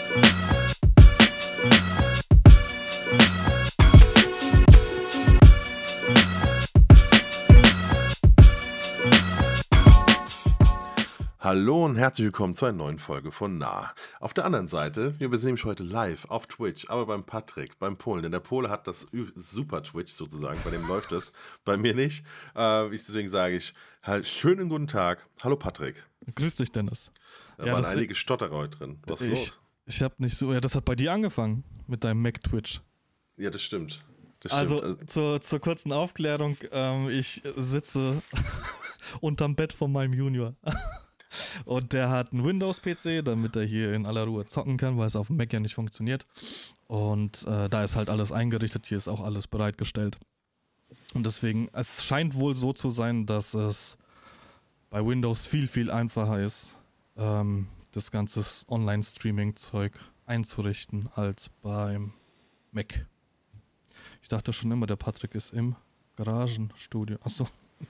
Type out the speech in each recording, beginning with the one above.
Hallo und herzlich willkommen zu einer neuen Folge von Nah. Auf der anderen Seite, wir sind nämlich heute live auf Twitch, aber beim Patrick, beim Polen. Denn der Pole hat das super Twitch sozusagen, bei dem läuft es, bei mir nicht. Deswegen sage ich, halt, schönen guten Tag. Hallo Patrick. Grüß dich, Dennis. Da waren einige Stotterer heute drin. Was ist los? Ich habe nicht so, ja, das hat bei dir angefangen mit deinem Mac Twitch. Ja, das stimmt. Also zur kurzen Aufklärung, ich sitze unterm Bett von meinem Junior. Und der hat einen Windows-PC, damit er hier in aller Ruhe zocken kann, weil es auf dem Mac ja nicht funktioniert. Und da ist halt alles eingerichtet, hier ist auch alles bereitgestellt. Und deswegen, es scheint wohl so zu sein, dass es bei Windows viel, viel einfacher ist, das ganze Online-Streaming-Zeug einzurichten, als beim Mac. Ich dachte schon immer, der Patrick ist im Garagenstudio. Achso.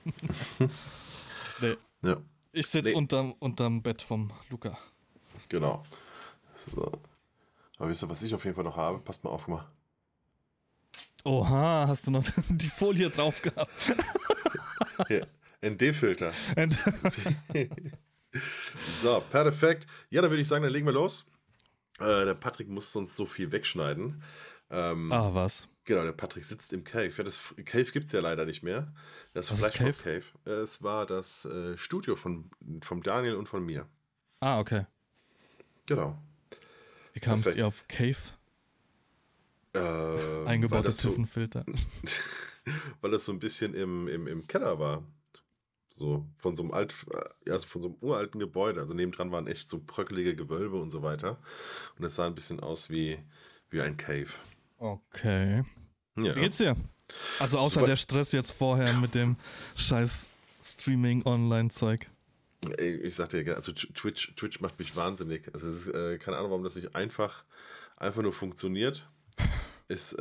Nee. Ja. Ich sitze unterm Bett vom Luca. Genau. So. Aber wisst ihr, was ich auf jeden Fall noch habe? Passt mal auf, guck mal. Oha, hast du noch die Folie drauf gehabt? Hier, ND-Filter. So, perfekt. Ja, dann würde ich sagen, dann legen wir los. Der Patrick muss sonst so viel wegschneiden. Was? Genau, der Patrick sitzt im Cave. Ja, das Cave gibt es ja leider nicht mehr. Das Flashmob Cave. Es war das Studio vom Daniel und von mir. Ah, okay. Genau. Wie kamst ihr auf Cave? Eingebaute TÜV-Filter. Weil das so ein bisschen im Keller war. So von so einem uralten Gebäude. Also nebendran waren echt so bröckelige Gewölbe und so weiter. Und es sah ein bisschen aus wie ein Cave. Okay. Ja. Wie geht's dir? Also außer der Stress jetzt vorher mit dem scheiß Streaming-Online-Zeug. Ich sag dir, also Twitch macht mich wahnsinnig. Also es ist keine Ahnung, warum das nicht einfach nur funktioniert. Ist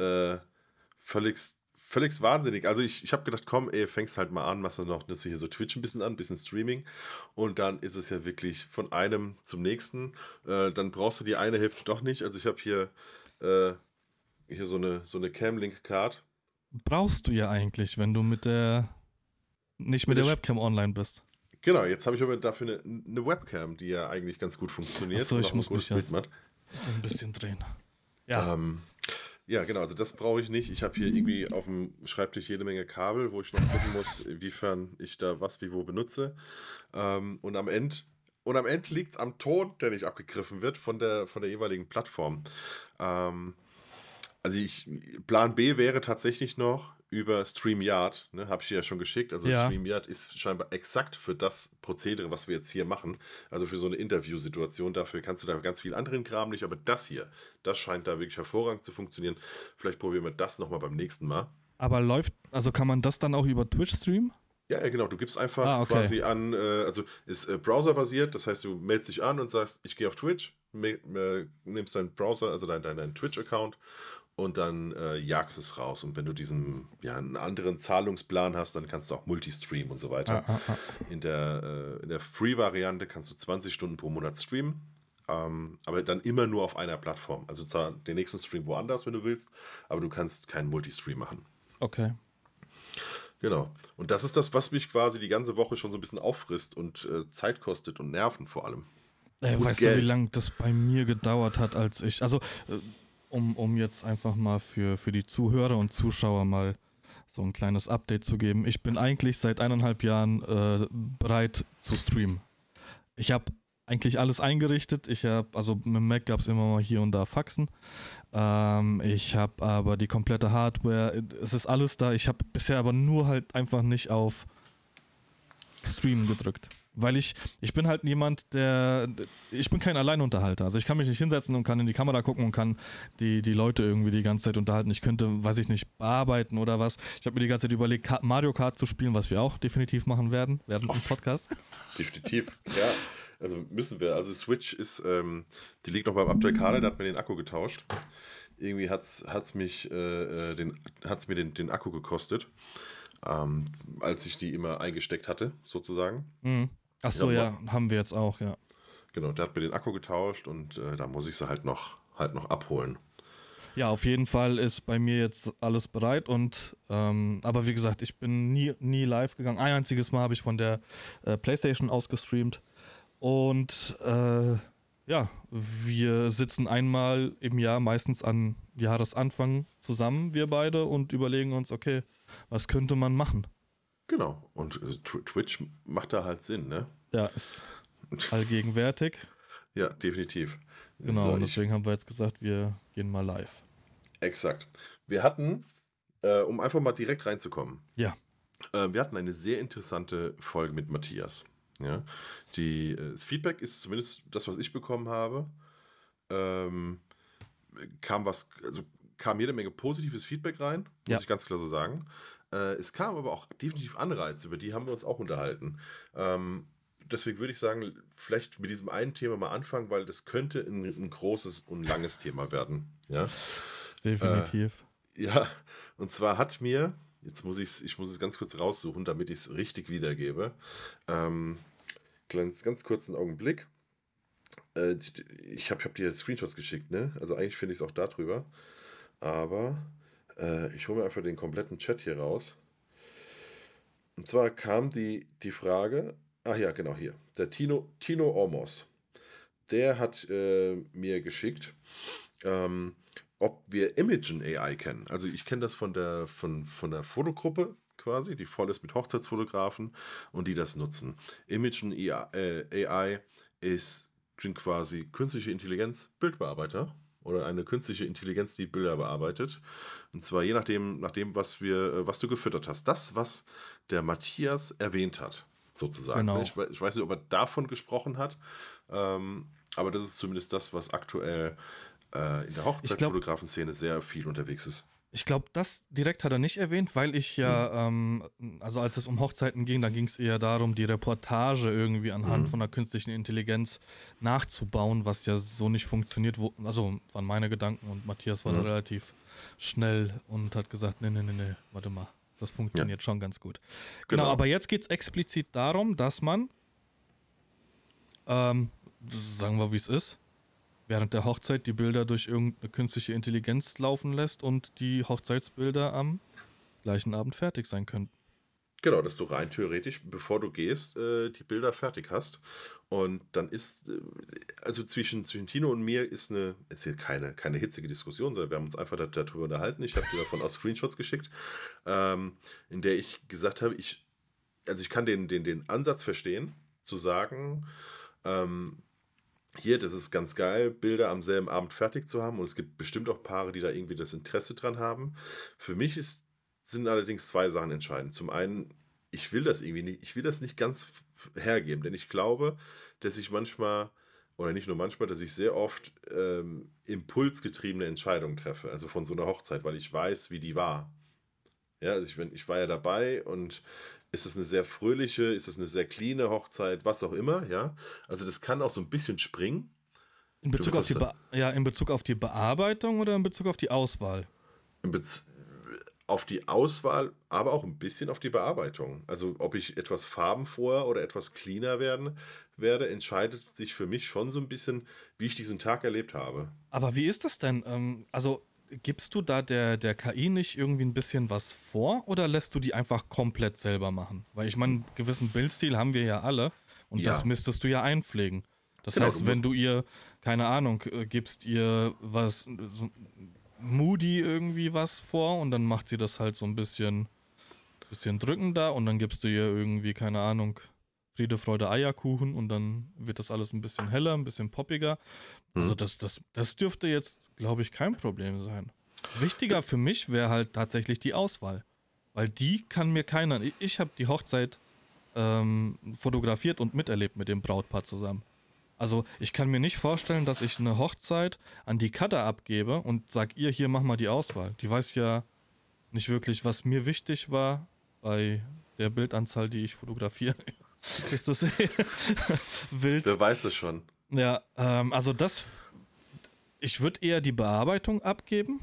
völlig wahnsinnig. Also ich habe gedacht, komm, fängst halt mal an, machst du noch hier so Twitch ein bisschen an, ein bisschen Streaming und dann ist es ja wirklich von einem zum nächsten. Dann brauchst du die eine Hälfte doch nicht. Also ich habe hier so eine Cam-Link-Card. Brauchst du ja eigentlich, wenn du nicht mit der Webcam online bist. Genau, jetzt habe ich aber dafür eine Webcam, die ja eigentlich ganz gut funktioniert. Achso, ich muss mich so ein bisschen drehen. Ja. Ja, genau, also das brauche ich nicht. Ich habe hier irgendwie auf dem Schreibtisch jede Menge Kabel, wo ich noch gucken muss, inwiefern ich da was wie wo benutze. Und am Ende liegt es am Ton, der nicht abgegriffen wird von der jeweiligen Plattform. Also Plan B wäre tatsächlich noch über StreamYard, ne, habe ich dir ja schon geschickt. Also ja. StreamYard ist scheinbar exakt für das Prozedere, was wir jetzt hier machen. Also für so eine Interviewsituation. Dafür kannst du da ganz viel anderen Kram nicht. Aber das scheint da wirklich hervorragend zu funktionieren. Vielleicht probieren wir das nochmal beim nächsten Mal. Aber kann man das dann auch über Twitch streamen? Ja, genau. Du gibst einfach quasi an, also ist browserbasiert. Das heißt, du meldest dich an und sagst, ich gehe auf Twitch, nimmst deinen Browser, also deinen Twitch-Account und dann jagst es raus. Und wenn du einen anderen Zahlungsplan hast, dann kannst du auch Multistream und so weiter. In der Free-Variante kannst du 20 Stunden pro Monat streamen, aber dann immer nur auf einer Plattform. Also zwar den nächsten Stream woanders, wenn du willst, aber du kannst keinen Multistream machen. Okay. Genau. Und das ist das, was mich quasi die ganze Woche schon so ein bisschen auffrisst und Zeit kostet und Nerven vor allem. Weißt du, wie lange das bei mir gedauert hat, als ich, also um jetzt einfach mal für die Zuhörer und Zuschauer mal so ein kleines Update zu geben. Ich bin eigentlich seit 1,5 Jahren bereit zu streamen. Ich habe eigentlich alles eingerichtet. Also mit dem Mac gab es immer mal hier und da Faxen. Ich habe aber die komplette Hardware, es ist alles da. Ich habe bisher aber nur halt einfach nicht auf Streamen gedrückt. Weil ich bin halt jemand, ich bin kein Alleinunterhalter. Also ich kann mich nicht hinsetzen und kann in die Kamera gucken und kann die Leute irgendwie die ganze Zeit unterhalten. Ich könnte, weiß ich nicht, bearbeiten oder was. Ich habe mir die ganze Zeit überlegt, Mario Kart zu spielen, was wir auch definitiv machen werden im Podcast. Definitiv, ja. Also müssen wir. Also Switch ist, die liegt noch beim Abdelkader, der hat mir den Akku getauscht. Irgendwie hat's mir den Akku gekostet, als ich die immer eingesteckt hatte, sozusagen. Mhm. Ach so, ja, haben wir jetzt auch, ja. Genau, der hat mir den Akku getauscht und da muss ich sie halt noch abholen. Ja, auf jeden Fall ist bei mir jetzt alles bereit und aber wie gesagt, ich bin nie live gegangen. Ein einziges Mal habe ich von der PlayStation aus gestreamt und ja, wir sitzen einmal im Jahr, meistens an Jahresanfang zusammen, wir beide, und überlegen uns, okay, was könnte man machen? Genau, und Twitch macht da halt Sinn, ne? Ja, ist allgegenwärtig. Ja, definitiv. Genau, so, und deswegen haben wir jetzt gesagt, wir gehen mal live. Exakt. Wir hatten, um einfach mal direkt reinzukommen, ja, wir hatten eine sehr interessante Folge mit Matthias. Ja? Das Feedback ist zumindest das, was ich bekommen habe, kam jede Menge positives Feedback rein, muss ich ganz klar so sagen. Es kam aber auch definitiv Anreize, über die haben wir uns auch unterhalten. Deswegen würde ich sagen, vielleicht mit diesem einen Thema mal anfangen, weil das könnte ein großes und langes Thema werden. Ja? Definitiv. Ja, und zwar hat mir, ich muss es ganz kurz raussuchen, damit ich es richtig wiedergebe. Ganz kurzen Augenblick. Ich hab dir Screenshots geschickt, ne? Also eigentlich finde ich es auch da drüber. Aber ich hole mir einfach den kompletten Chat hier raus. Und zwar kam die Frage, ja, genau hier. Der Tino Ormos, der hat mir geschickt, ob wir Imogen AI kennen. Also ich kenne das von der Fotogruppe quasi, die voll ist mit Hochzeitsfotografen und die das nutzen. Imogen AI sind quasi künstliche Intelligenz Bildbearbeiter oder eine künstliche Intelligenz, die Bilder bearbeitet. Und zwar je nachdem was du gefüttert hast. Das, was der Matthias erwähnt hat, sozusagen. Genau. Ich weiß nicht, ob er davon gesprochen hat, aber das ist zumindest das, was aktuell in der Hochzeitsfotografen-Szene sehr viel unterwegs ist. Ich glaube, das direkt hat er nicht erwähnt, weil ich ja, also als es um Hochzeiten ging, da ging es eher darum, die Reportage irgendwie anhand von der künstlichen Intelligenz nachzubauen, was ja so nicht funktioniert. Also waren meine Gedanken und Matthias war da relativ schnell und hat gesagt, nee, warte mal, das funktioniert schon ganz gut. Genau, aber jetzt geht es explizit darum, dass man, sagen wir, wie es ist, während der Hochzeit die Bilder durch irgendeine künstliche Intelligenz laufen lässt und die Hochzeitsbilder am gleichen Abend fertig sein können. Genau, dass du rein theoretisch, bevor du gehst, die Bilder fertig hast. Und dann ist, also zwischen Tino und mir ist hier keine hitzige Diskussion, sondern wir haben uns einfach darüber unterhalten. Ich habe dir davon auch Screenshots geschickt, in der ich gesagt habe, ich kann den Ansatz verstehen, zu sagen, hier, das ist ganz geil, Bilder am selben Abend fertig zu haben und es gibt bestimmt auch Paare, die da irgendwie das Interesse dran haben. Für mich sind allerdings zwei Sachen entscheidend. Zum einen, ich will das nicht ganz hergeben, denn ich glaube, dass ich manchmal, oder nicht nur manchmal, dass ich sehr oft impulsgetriebene Entscheidungen treffe, also von so einer Hochzeit, weil ich weiß, wie die war. Ja, also ich war ja dabei und ist es eine sehr fröhliche, ist es eine sehr cleane Hochzeit, was auch immer, ja. Also das kann auch so ein bisschen springen. In Bezug auf die Bearbeitung oder in Bezug auf die Auswahl? Auf die Auswahl, aber auch ein bisschen auf die Bearbeitung. Also ob ich etwas farbenfroher oder etwas cleaner werde, entscheidet sich für mich schon so ein bisschen, wie ich diesen Tag erlebt habe. Aber wie ist das denn? Also gibst du da der KI nicht irgendwie ein bisschen was vor oder lässt du die einfach komplett selber machen? Weil ich meine, einen gewissen Bildstil haben wir ja alle und das müsstest du ja einpflegen. Das heißt, wenn du ihr, keine Ahnung, gibst ihr was, so Moody irgendwie was vor und dann macht sie das halt so ein bisschen drückender und dann gibst du ihr irgendwie, keine Ahnung, Friede, Freude, Eierkuchen und dann wird das alles ein bisschen heller, ein bisschen poppiger. Also das dürfte jetzt, glaube ich, kein Problem sein. Wichtiger für mich wäre halt tatsächlich die Auswahl. Weil die kann mir keiner... Ich habe die Hochzeit fotografiert und miterlebt mit dem Brautpaar zusammen. Also ich kann mir nicht vorstellen, dass ich eine Hochzeit an die Cutter abgebe und sag ihr, hier, mach mal die Auswahl. Die weiß ja nicht wirklich, was mir wichtig war bei der Bildanzahl, die ich fotografiere. Ist das wild? Wer weiß es schon. Ja, also ich würde eher die Bearbeitung abgeben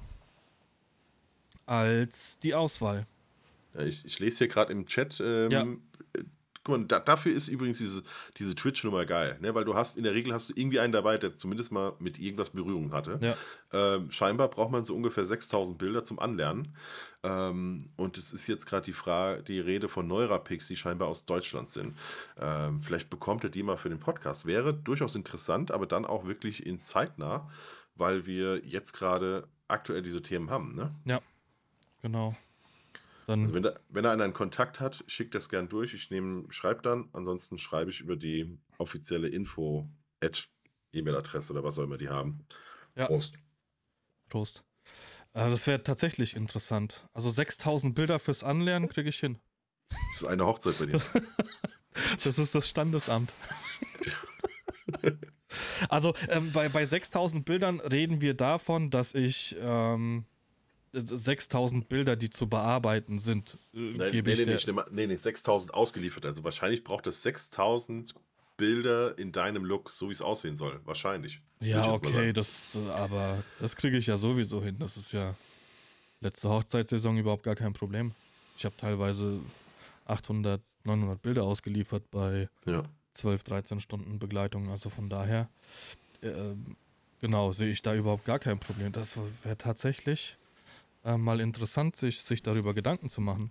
als die Auswahl. Ja, ich lese hier gerade im Chat guck mal, dafür ist übrigens diese Twitch-Nummer geil, ne? Weil in der Regel hast du irgendwie einen dabei, der zumindest mal mit irgendwas Berührung hatte. Ja. Scheinbar braucht man so ungefähr 6000 Bilder zum Anlernen. Und es ist jetzt gerade die Rede von Neurapix, die scheinbar aus Deutschland sind. Vielleicht bekommt ihr die mal für den Podcast. Wäre durchaus interessant, aber dann auch wirklich in zeitnah, weil wir jetzt gerade aktuell diese Themen haben, ne? Ja, genau. Dann Also wenn er einen Kontakt hat, schickt das gern durch. Ich schreibe dann, ansonsten schreibe ich über die offizielle Info-E-Mail-Adresse oder was auch immer die haben. Ja. Prost. Das wäre tatsächlich interessant. Also 6000 Bilder fürs Anlernen kriege ich hin. Das ist eine Hochzeit bei dir. Das ist das Standesamt. Also bei 6000 Bildern reden wir davon, dass ich 6000 Bilder, die zu bearbeiten sind, gebe ich dir. Nee, 6000 ausgeliefert. Also wahrscheinlich braucht es 6000 Bilder in deinem Look, so wie es aussehen soll. Wahrscheinlich. Ja, okay, aber das kriege ich ja sowieso hin. Das ist ja letzte Hochzeitssaison überhaupt gar kein Problem. Ich habe teilweise 800, 900 Bilder ausgeliefert bei 12, 13 Stunden Begleitung. Also von daher, genau, sehe ich da überhaupt gar kein Problem. Das wäre tatsächlich mal interessant, sich darüber Gedanken zu machen.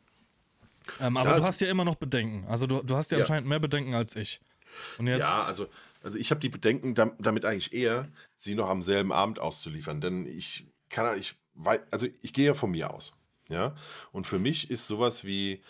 Aber du hast ja immer noch Bedenken. Also du hast ja anscheinend mehr Bedenken als ich. Und jetzt also ich habe die Bedenken damit eigentlich eher, sie noch am selben Abend auszuliefern. Denn ich gehe ja von mir aus. Ja? Und für mich ist sowas wie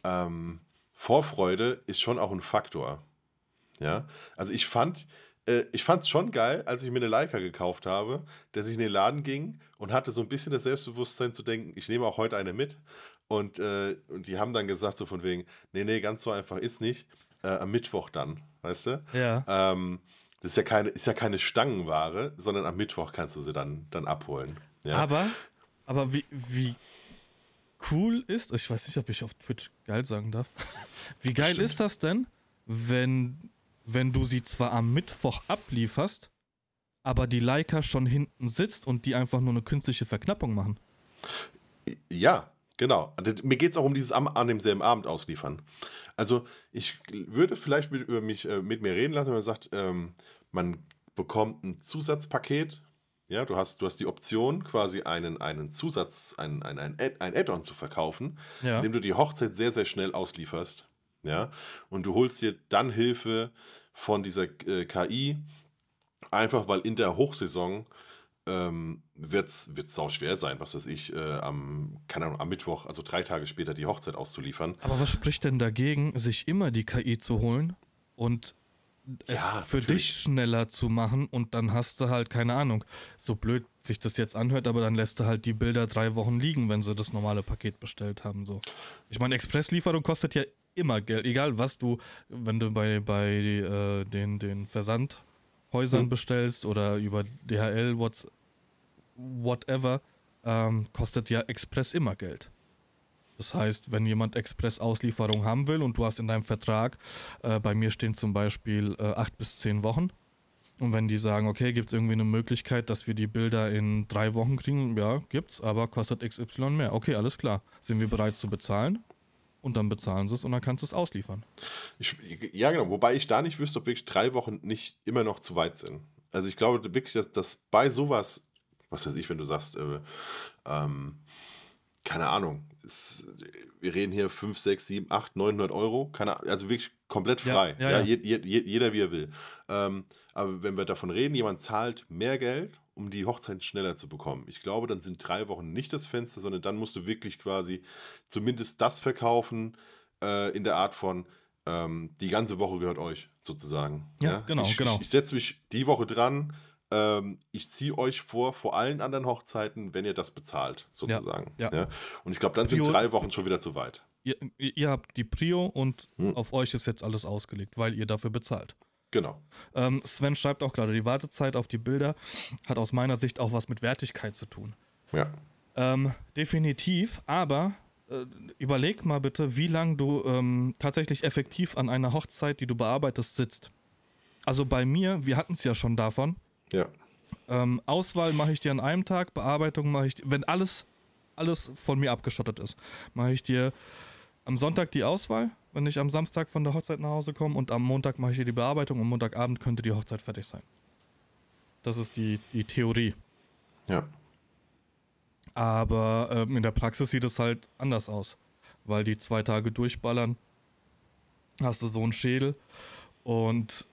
Vorfreude ist schon auch ein Faktor. Ja? Also ich fand es schon geil, als ich mir eine Leica gekauft habe, dass ich in den Laden ging und hatte so ein bisschen das Selbstbewusstsein zu denken, ich nehme auch heute eine mit. Und die haben dann gesagt so von wegen, nee, ganz so einfach ist nicht. Am Mittwoch dann, weißt du? Ja. Das ist ja keine Stangenware, sondern am Mittwoch kannst du sie dann abholen. Ja? Aber wie cool ist, ich weiß nicht, ob ich auf Twitch geil sagen darf, wie geil ist das denn, wenn du sie zwar am Mittwoch ablieferst, aber die Leica schon hinten sitzt und die einfach nur eine künstliche Verknappung machen? Ja, genau. Mir geht es auch um dieses an demselben Abend ausliefern. Also ich würde vielleicht mit mir reden lassen, wenn man sagt, man bekommt ein Zusatzpaket. Ja, du hast die Option, quasi einen Zusatz, ein Add-on zu verkaufen, indem du die Hochzeit sehr, sehr schnell auslieferst. Ja, und du holst dir dann Hilfe von dieser KI, einfach weil in der Hochsaison wird's sau schwer sein, was weiß ich, am Mittwoch, also 3 Tage später die Hochzeit auszuliefern. Aber was spricht denn dagegen, sich immer die KI zu holen und es für dich schneller zu machen und dann hast du halt, keine Ahnung, so blöd sich das jetzt anhört, aber dann lässt du halt die Bilder 3 Wochen liegen, wenn sie das normale Paket bestellt haben. So. Ich meine, Expresslieferung kostet ja immer Geld, egal was wenn du bei den Versandhäusern bestellst oder über DHL, whatever, kostet ja Express immer Geld. Das heißt, wenn jemand Express-Auslieferung haben will und du hast in deinem Vertrag, bei mir stehen zum Beispiel 8 bis 10 Wochen, und wenn die sagen, okay, gibt es irgendwie eine Möglichkeit, dass wir die Bilder in 3 Wochen kriegen? Ja, gibt's, aber kostet XY mehr. Okay, alles klar. Sind wir bereit zu bezahlen? Und dann bezahlen sie es und dann kannst du es ausliefern. Ja, genau. Wobei ich da nicht wüsste, ob wirklich 3 Wochen nicht immer noch zu weit sind. Also ich glaube wirklich, dass bei sowas, was weiß ich, wenn du sagst, keine Ahnung, wir reden hier 5, 6, 7, 8, 900 Euro, also wirklich komplett frei. Ja. Jeder wie er will. Aber wenn wir davon reden, jemand zahlt mehr Geld, um die Hochzeit schneller zu bekommen. Ich glaube, dann sind 3 Wochen nicht das Fenster, sondern dann musst du wirklich quasi zumindest das verkaufen, in der Art von, die ganze Woche gehört euch, sozusagen. Ja, genau. Ich setze mich die Woche dran, ich ziehe euch vor allen anderen Hochzeiten, wenn ihr das bezahlt, sozusagen. Ja. Und ich glaube, dann sind 3 Wochen schon wieder zu weit. Ihr habt die Prio und auf euch ist jetzt alles ausgelegt, weil ihr dafür bezahlt. Genau. Sven schreibt auch gerade, die Wartezeit auf die Bilder hat aus meiner Sicht auch was mit Wertigkeit zu tun. Ja. Definitiv, aber überleg mal bitte, wie lange du tatsächlich effektiv an einer Hochzeit, die du bearbeitest, sitzt. Also bei mir, wir hatten es ja schon davon. Ja. Auswahl mache ich dir an einem Tag, Bearbeitung mache ich, wenn alles von mir abgeschottet ist, mache ich dir am Sonntag die Auswahl, wenn ich am Samstag von der Hochzeit nach Hause komme und am Montag mache ich hier die Bearbeitung und Montagabend könnte die Hochzeit fertig sein. Das ist die Theorie. Ja. Aber in der Praxis sieht es halt anders aus, weil die 2 Tage durchballern, hast du so einen Schädel und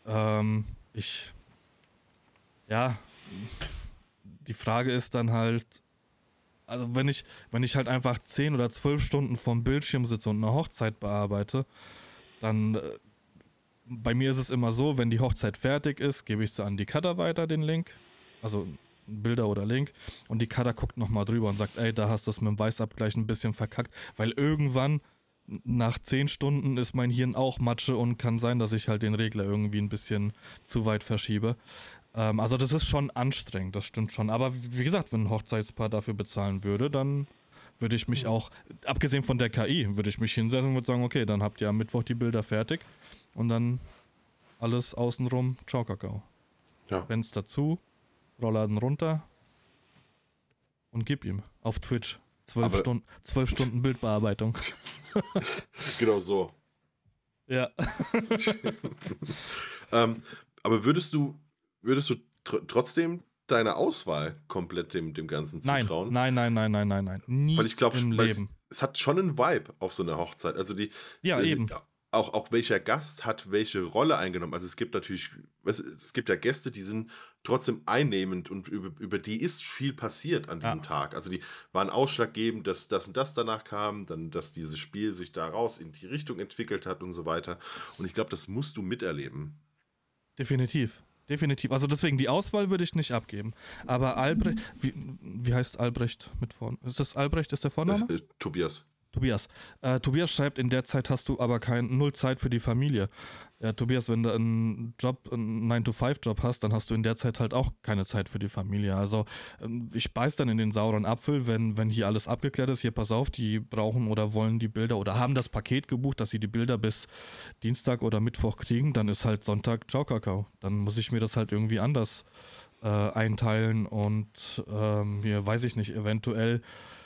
die Frage ist dann halt, also wenn ich halt einfach 10 oder 12 Stunden vorm Bildschirm sitze und eine Hochzeit bearbeite, dann bei mir ist es immer so, wenn die Hochzeit fertig ist, gebe ich sie an die Cutter weiter, den Link, also Bilder oder Link, und die Cutter guckt nochmal drüber und sagt, ey, da hast du es mit dem Weißabgleich ein bisschen verkackt, weil irgendwann nach 10 Stunden ist mein Hirn auch Matsche und kann sein, dass ich halt den Regler irgendwie ein bisschen zu weit verschiebe. Also das ist schon anstrengend, das stimmt schon. Aber wie gesagt, wenn ein Hochzeitspaar dafür bezahlen würde, dann würde ich mich auch, abgesehen von der KI, würde ich mich hinsetzen und würde sagen, okay, dann habt ihr am Mittwoch die Bilder fertig und dann alles außenrum, ciao Kakao. Ja. Fenster zu, Rollladen runter und gib ihm auf Twitch 12 Stunden Bildbearbeitung. Genau so. Ja. Aber würdest du trotzdem deine Auswahl komplett dem Ganzen zutrauen? Nein. Nie. Weil ich glaube, im Leben. Es hat schon einen Vibe auf so einer Hochzeit. Also eben. Auch welcher Gast hat welche Rolle eingenommen. Also es gibt natürlich, es gibt ja Gäste, die sind trotzdem einnehmend und über die ist viel passiert an diesem Tag. Also die waren ausschlaggebend, dass das und das danach kam, dann, dass dieses Spiel sich daraus in die Richtung entwickelt hat und so weiter. Und ich glaube, das musst du miterleben. Definitiv. Also deswegen, die Auswahl würde ich nicht abgeben. Aber Albrecht, wie heißt Albrecht mit Vornamen? Ist das Albrecht, ist der Vorname? Tobias. Tobias schreibt, in der Zeit hast du aber null Zeit für die Familie. Ja, Tobias, wenn du einen 9-to-5-Job hast, dann hast du in der Zeit halt auch keine Zeit für die Familie. Also ich beiß dann in den sauren Apfel, wenn hier alles abgeklärt ist. Hier, pass auf, die brauchen oder wollen die Bilder oder haben das Paket gebucht, dass sie die Bilder bis Dienstag oder Mittwoch kriegen. Dann ist halt Sonntag, ciao Kakao. Dann muss ich mir das halt irgendwie anders einteilen und hier weiß ich nicht, eventuell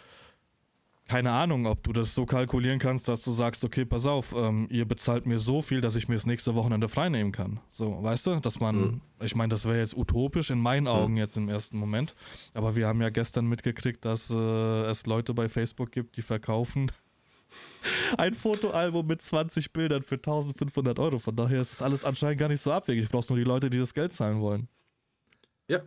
keine Ahnung, ob du das so kalkulieren kannst, dass du sagst, okay, pass auf, ihr bezahlt mir so viel, dass ich mir das nächste Wochenende frei nehmen kann. So, weißt du, dass man, ich meine, das wäre jetzt utopisch in meinen Augen jetzt im ersten Moment, aber wir haben ja gestern mitgekriegt, dass es Leute bei Facebook gibt, die verkaufen ein Fotoalbum mit 20 Bildern für 1.500 €. Von daher ist das alles anscheinend gar nicht so abwegig. Ich brauch's nur die Leute, die das Geld zahlen wollen. Ja.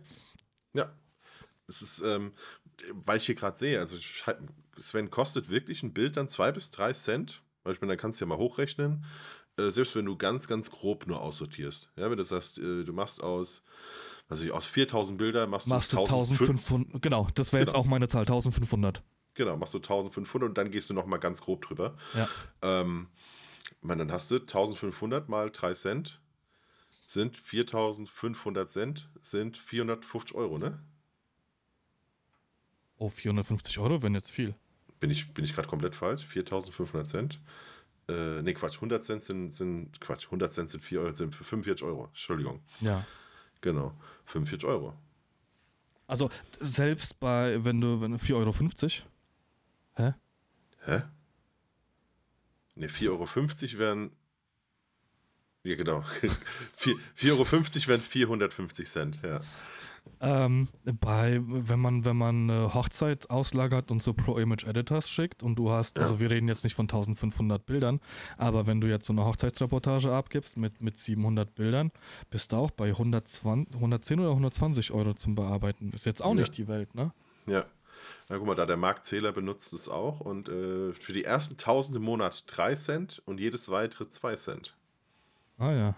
Es ist, weil ich hier gerade sehe, also Sven, kostet wirklich ein Bild dann 2 bis 3 Cent? Weil ich meine, dann kannst du ja mal hochrechnen. Selbst wenn du ganz, ganz grob nur aussortierst. Ja, wenn du sagst, du machst aus 4.000 Bilder machst du 1.500. Genau, das wäre jetzt auch meine Zahl, 1.500. Genau, machst du 1.500 und dann gehst du nochmal ganz grob drüber. Ja. Dann hast du 1.500 mal 3 Cent sind 4.500 Cent, sind 450 €, ne? Oh, 450 € wären jetzt viel. Bin ich gerade komplett falsch? 4.500 Cent? Nee, Quatsch, 100 Cent sind 100 Cent sind 4 Euro, sind für 45 €. Entschuldigung. Ja. Genau, 45 €. Also selbst wenn du 4,50 €? Hä? Ne, 4,50 € wären. Ja, genau. 4,50 € wären 450 Cent, ja. Wenn man eine Hochzeit auslagert und so Pro-Image-Editors schickt und du hast, also wir reden jetzt nicht von 1.500 Bildern, aber wenn du jetzt so eine Hochzeitsreportage abgibst mit 700 Bildern, bist du auch bei 110 oder 120 € zum Bearbeiten. Ist jetzt auch nicht die Welt, ne? Ja. Na guck mal, da der Marktzähler benutzt es auch und für die ersten 1.000 im Monat 3 Cent und jedes weitere 2 Cent. Ah ja.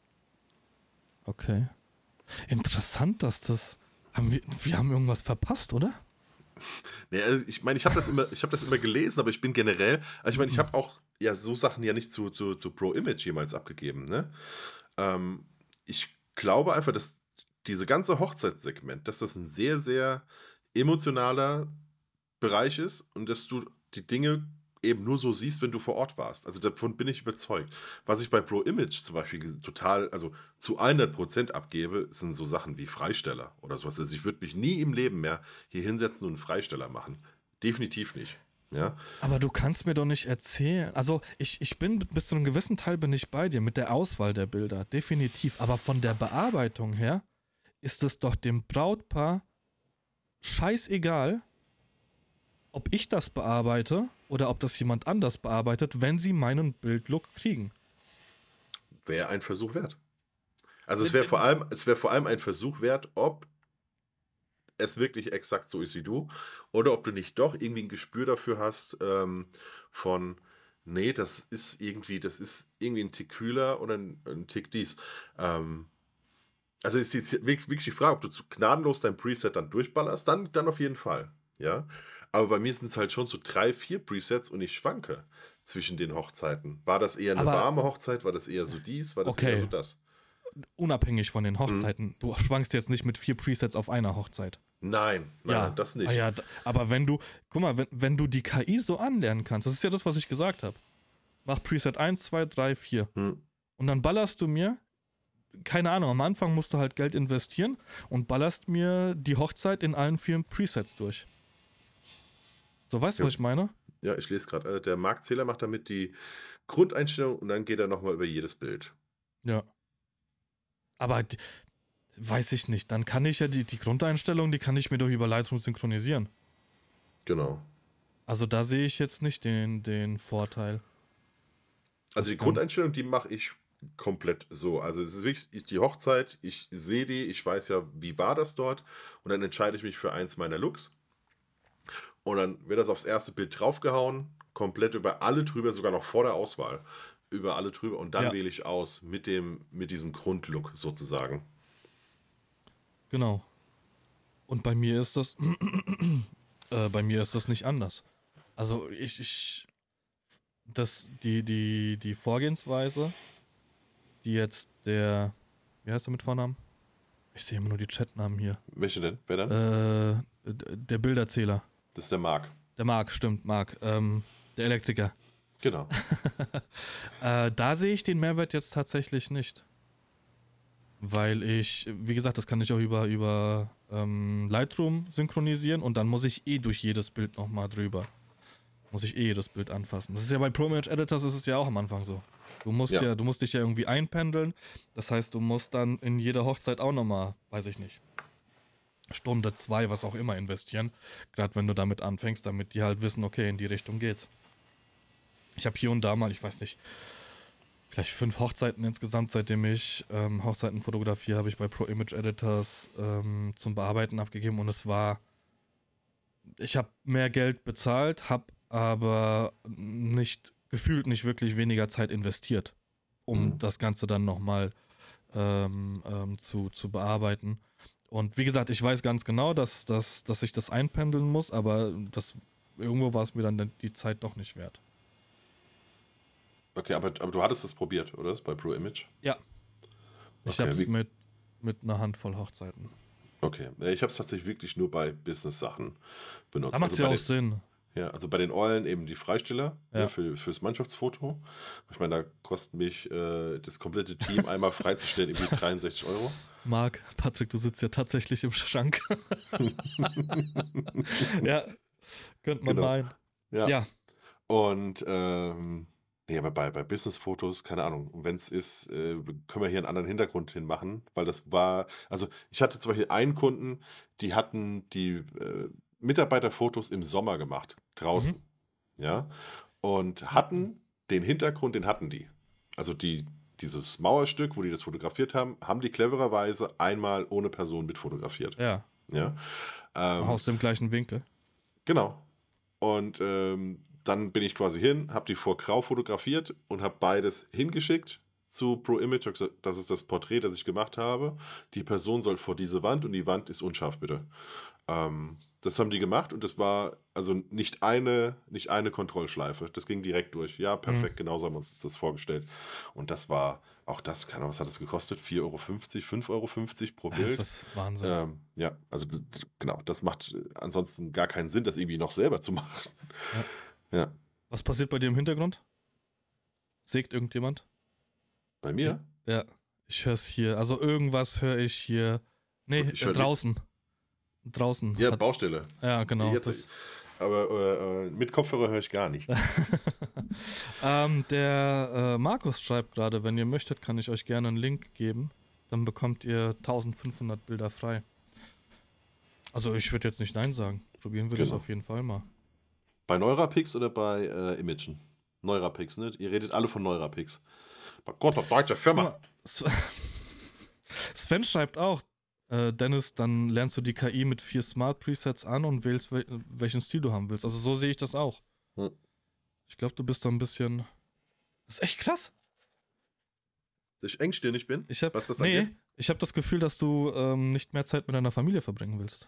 Okay. Interessant, dass das. Wir haben irgendwas verpasst, oder? Nee, also ich meine, ich habe das immer gelesen, aber ich bin generell, also ich meine, ich habe auch so Sachen ja nicht zu Pro Image jemals abgegeben, ne? Ich glaube einfach, dass diese ganze Hochzeitssegment, dass das ein sehr, sehr emotionaler Bereich ist und dass du die Dinge eben nur so siehst, wenn du vor Ort warst. Also davon bin ich überzeugt. Was ich bei Pro Image zum Beispiel total, also zu 100% abgebe, sind so Sachen wie Freisteller oder sowas. Also ich würde mich nie im Leben mehr hier hinsetzen und einen Freisteller machen. Definitiv nicht. Ja? Aber du kannst mir doch nicht erzählen, also ich bin bis zu einem gewissen Teil bin ich bei dir mit der Auswahl der Bilder, definitiv, aber von der Bearbeitung her ist es doch dem Brautpaar scheißegal, ob ich das bearbeite oder ob das jemand anders bearbeitet, wenn sie meinen Bildlook kriegen. Wäre ein Versuch wert. Also es wäre vor allem ein Versuch wert, ob es wirklich exakt so ist wie du oder ob du nicht doch irgendwie ein Gespür dafür hast, nee, das ist irgendwie ein Tick kühler oder ein Tick dies. Also ist jetzt wirklich die Frage, ob du zu gnadenlos dein Preset dann durchballerst, dann auf jeden Fall. Ja. Aber bei mir sind es halt schon so 3, 4 Presets und ich schwanke zwischen den Hochzeiten. War das eher eine warme Hochzeit? War das eher so dies? War das eher so das? Unabhängig von den Hochzeiten. Du schwankst jetzt nicht mit 4 Presets auf einer Hochzeit. Nein, das nicht. Ja, aber guck mal, wenn du die KI so anlernen kannst, das ist ja das, was ich gesagt habe. Mach Preset 1, 2, 3, 4. Und dann ballerst du mir, keine Ahnung, am Anfang musst du halt Geld investieren und ballerst mir die Hochzeit in allen 4 Presets durch. So, weißt du, was ich meine? Ja, ich lese gerade, der Marktzähler macht damit die Grundeinstellung und dann geht er nochmal über jedes Bild. Ja. Aber weiß ich nicht, dann kann ich ja die Grundeinstellung, die kann ich mir doch über Lightroom synchronisieren. Genau. Also da sehe ich jetzt nicht den Vorteil. Also die Grundeinstellung, die mache ich komplett so. Also es ist wirklich die Hochzeit, ich sehe die, ich weiß ja, wie war das dort und dann entscheide ich mich für eins meiner Looks. Und dann wird das aufs erste Bild draufgehauen, komplett über alle drüber, sogar noch vor der Auswahl, über alle drüber und dann wähle ich aus mit diesem Grundlook sozusagen. Genau. Und bei mir ist das nicht anders. Also die Vorgehensweise, die jetzt wie heißt der mit Vornamen? Ich sehe immer nur die Chatnamen hier. Welche denn? Wer denn? Der Bilderzähler. Das ist der Marc. Der Marc, stimmt, Marc. Der Elektriker. Genau. Da sehe ich den Mehrwert jetzt tatsächlich nicht. Weil wie gesagt, das kann ich auch über Lightroom synchronisieren und dann muss ich durch jedes Bild nochmal drüber. Muss ich jedes Bild anfassen. Das ist ja bei Pro Image Editors ist es ja auch am Anfang so. Du musst dich ja irgendwie einpendeln. Das heißt, du musst dann in jeder Hochzeit auch nochmal, weiß ich nicht, Stunde, 2, was auch immer investieren. Gerade wenn du damit anfängst, damit die halt wissen, okay, in die Richtung geht's. Ich habe hier und da mal, ich weiß nicht, vielleicht 5 Hochzeiten insgesamt, seitdem ich Hochzeiten fotografiere, habe ich bei Pro Image Editors zum Bearbeiten abgegeben und ich habe mehr Geld bezahlt, habe aber gefühlt nicht wirklich weniger Zeit investiert, um das Ganze dann nochmal zu bearbeiten. Und wie gesagt, ich weiß ganz genau, dass ich das einpendeln muss, aber irgendwo war es mir dann die Zeit doch nicht wert. Okay, aber du hattest das probiert, oder? Bei Pro Image? Ja. Ich habe es mit einer Handvoll Hochzeiten. Okay, ich habe es tatsächlich wirklich nur bei Business-Sachen benutzt. Da macht es ja auch Sinn. Ja, also bei den Eulen eben die Freisteller fürs Mannschaftsfoto. Ich meine, da kostet mich das komplette Team einmal freizustellen irgendwie 63 €. Marc, Patrick, du sitzt ja tatsächlich im Schrank. Ja, könnte man meinen. Ja. Und nee, aber bei Business-Fotos, keine Ahnung, wenn es ist, können wir hier einen anderen Hintergrund hinmachen, weil das war, also ich hatte zum Beispiel einen Kunden, die hatten die Mitarbeiterfotos im Sommer gemacht, draußen, ja, und hatten den Hintergrund, den hatten die. Also dieses Mauerstück, wo die das fotografiert haben, haben die clevererweise einmal ohne Person mitfotografiert. Ja. Ja. Aus dem gleichen Winkel. Genau. Und dann bin ich quasi hin, habe die vor Grau fotografiert und habe beides hingeschickt zu Pro Image. Das ist das Porträt, das ich gemacht habe. Die Person soll vor diese Wand und die Wand ist unscharf, bitte. Das haben die gemacht und das war also nicht eine Kontrollschleife. Das ging direkt durch. Ja, perfekt, genauso haben wir uns das vorgestellt. Und das war auch das, keine Ahnung, was hat das gekostet? 4,50 €, 5,50 € pro Bild. Das ist Wahnsinn. Ja, also genau, das macht ansonsten gar keinen Sinn, das irgendwie noch selber zu machen. Ja. Was passiert bei dir im Hintergrund? Sägt irgendjemand? Bei mir? Ja, ich höre es hier. Also irgendwas höre ich hier. Nee, draußen. Draußen. Ja, Baustelle. Ja, genau. Aber mit Kopfhörer höre ich gar nichts. Der Markus schreibt gerade, wenn ihr möchtet, kann ich euch gerne einen Link geben. Dann bekommt ihr 1500 Bilder frei. Also ich würde jetzt nicht Nein sagen. Probieren wir das auf jeden Fall mal. Bei Neurapix oder bei Imagen? Neurapix, ne? Ihr redet alle von Neurapix. Bei Gott, deutsche Firma. Sven schreibt auch, Dennis, dann lernst du die KI mit 4 Smart Presets an und wählst, welchen Stil du haben willst. Also so sehe ich das auch. Ich glaube, du bist da ein bisschen... Das ist echt krass. Dass ich engstirnig bin? Was das angeht? Nee, ich habe das Gefühl, dass du nicht mehr Zeit mit deiner Familie verbringen willst.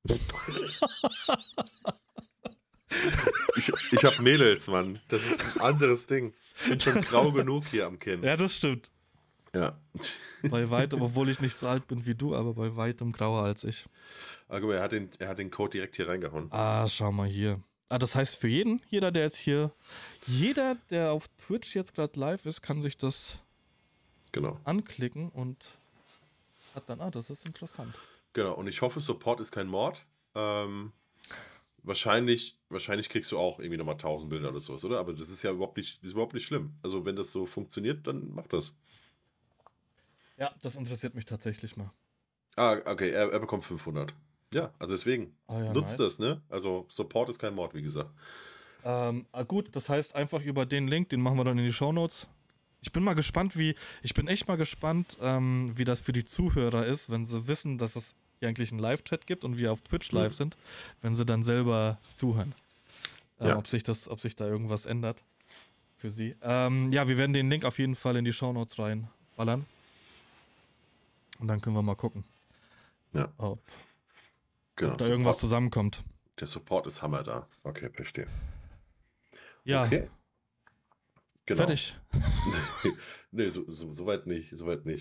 Ich habe Mädels, Mann. Das ist ein anderes Ding. Ich bin schon grau genug hier am Kinn. Ja, das stimmt. Ja. Bei weitem, obwohl ich nicht so alt bin wie du, aber bei weitem grauer als ich. Aber er hat den Code direkt hier reingehauen. Schau mal hier. Das heißt für jeder, der auf Twitch jetzt gerade live ist, kann sich das anklicken und hat dann, das ist interessant. Genau, und ich hoffe, Support ist kein Mord. Wahrscheinlich kriegst du auch irgendwie nochmal 1000 Bilder oder sowas, oder? Aber das ist ja überhaupt nicht schlimm. Also wenn das so funktioniert, dann mach das. Ja, das interessiert mich tatsächlich mal. Okay, er bekommt 500. Ja, also deswegen, nutzt das, ne? Also Support ist kein Mord, wie gesagt. Gut, das heißt einfach über den Link, den machen wir dann in die Shownotes. Ich bin echt mal gespannt, wie das für die Zuhörer ist, wenn sie wissen, dass es hier eigentlich einen Live-Chat gibt und wir auf Twitch live sind, wenn sie dann selber zuhören. Ob sich da irgendwas ändert für sie. Wir werden den Link auf jeden Fall in die Shownotes reinballern. Und dann können wir mal gucken, ob da irgendwas zusammenkommt. Der Support ist Hammer da. Okay, verstehe. Ja. Okay. Genau. Fertig. Nee, soweit nicht.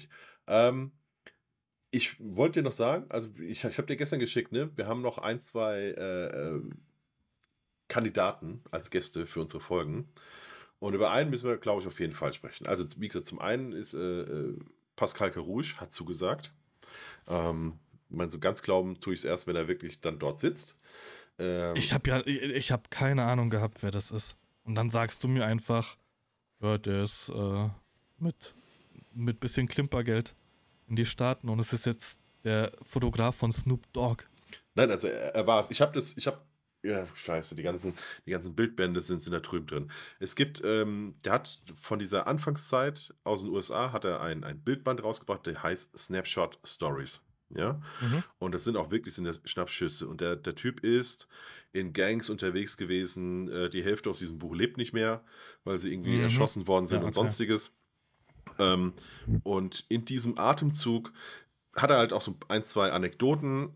Ich wollte dir noch sagen, also ich habe dir gestern geschickt, ne? Wir haben noch 1, 2 Kandidaten als Gäste für unsere Folgen. Und über einen müssen wir, glaube ich, auf jeden Fall sprechen. Also, wie gesagt, zum einen ist Pascal Carouge hat zugesagt. Ich meine, so ganz glauben tue ich es erst, wenn er wirklich dann dort sitzt. Ich habe keine Ahnung gehabt, wer das ist. Und dann sagst du mir einfach, ja, der ist mit bisschen Klimpergeld in die Staaten und es ist jetzt der Fotograf von Snoop Dogg. Nein, also er war es. Scheiße, die ganzen Bildbände sind da drüben drin. Es gibt, der hat von dieser Anfangszeit aus den USA hat er ein Bildband rausgebracht, der heißt Snapshot Stories. Ja, und das sind auch wirklich Schnappschüsse. Und der Typ ist in Gangs unterwegs gewesen. Die Hälfte aus diesem Buch lebt nicht mehr, weil sie irgendwie erschossen worden sind und Sonstiges. Und in diesem Atemzug hat er halt auch so 1, 2 Anekdoten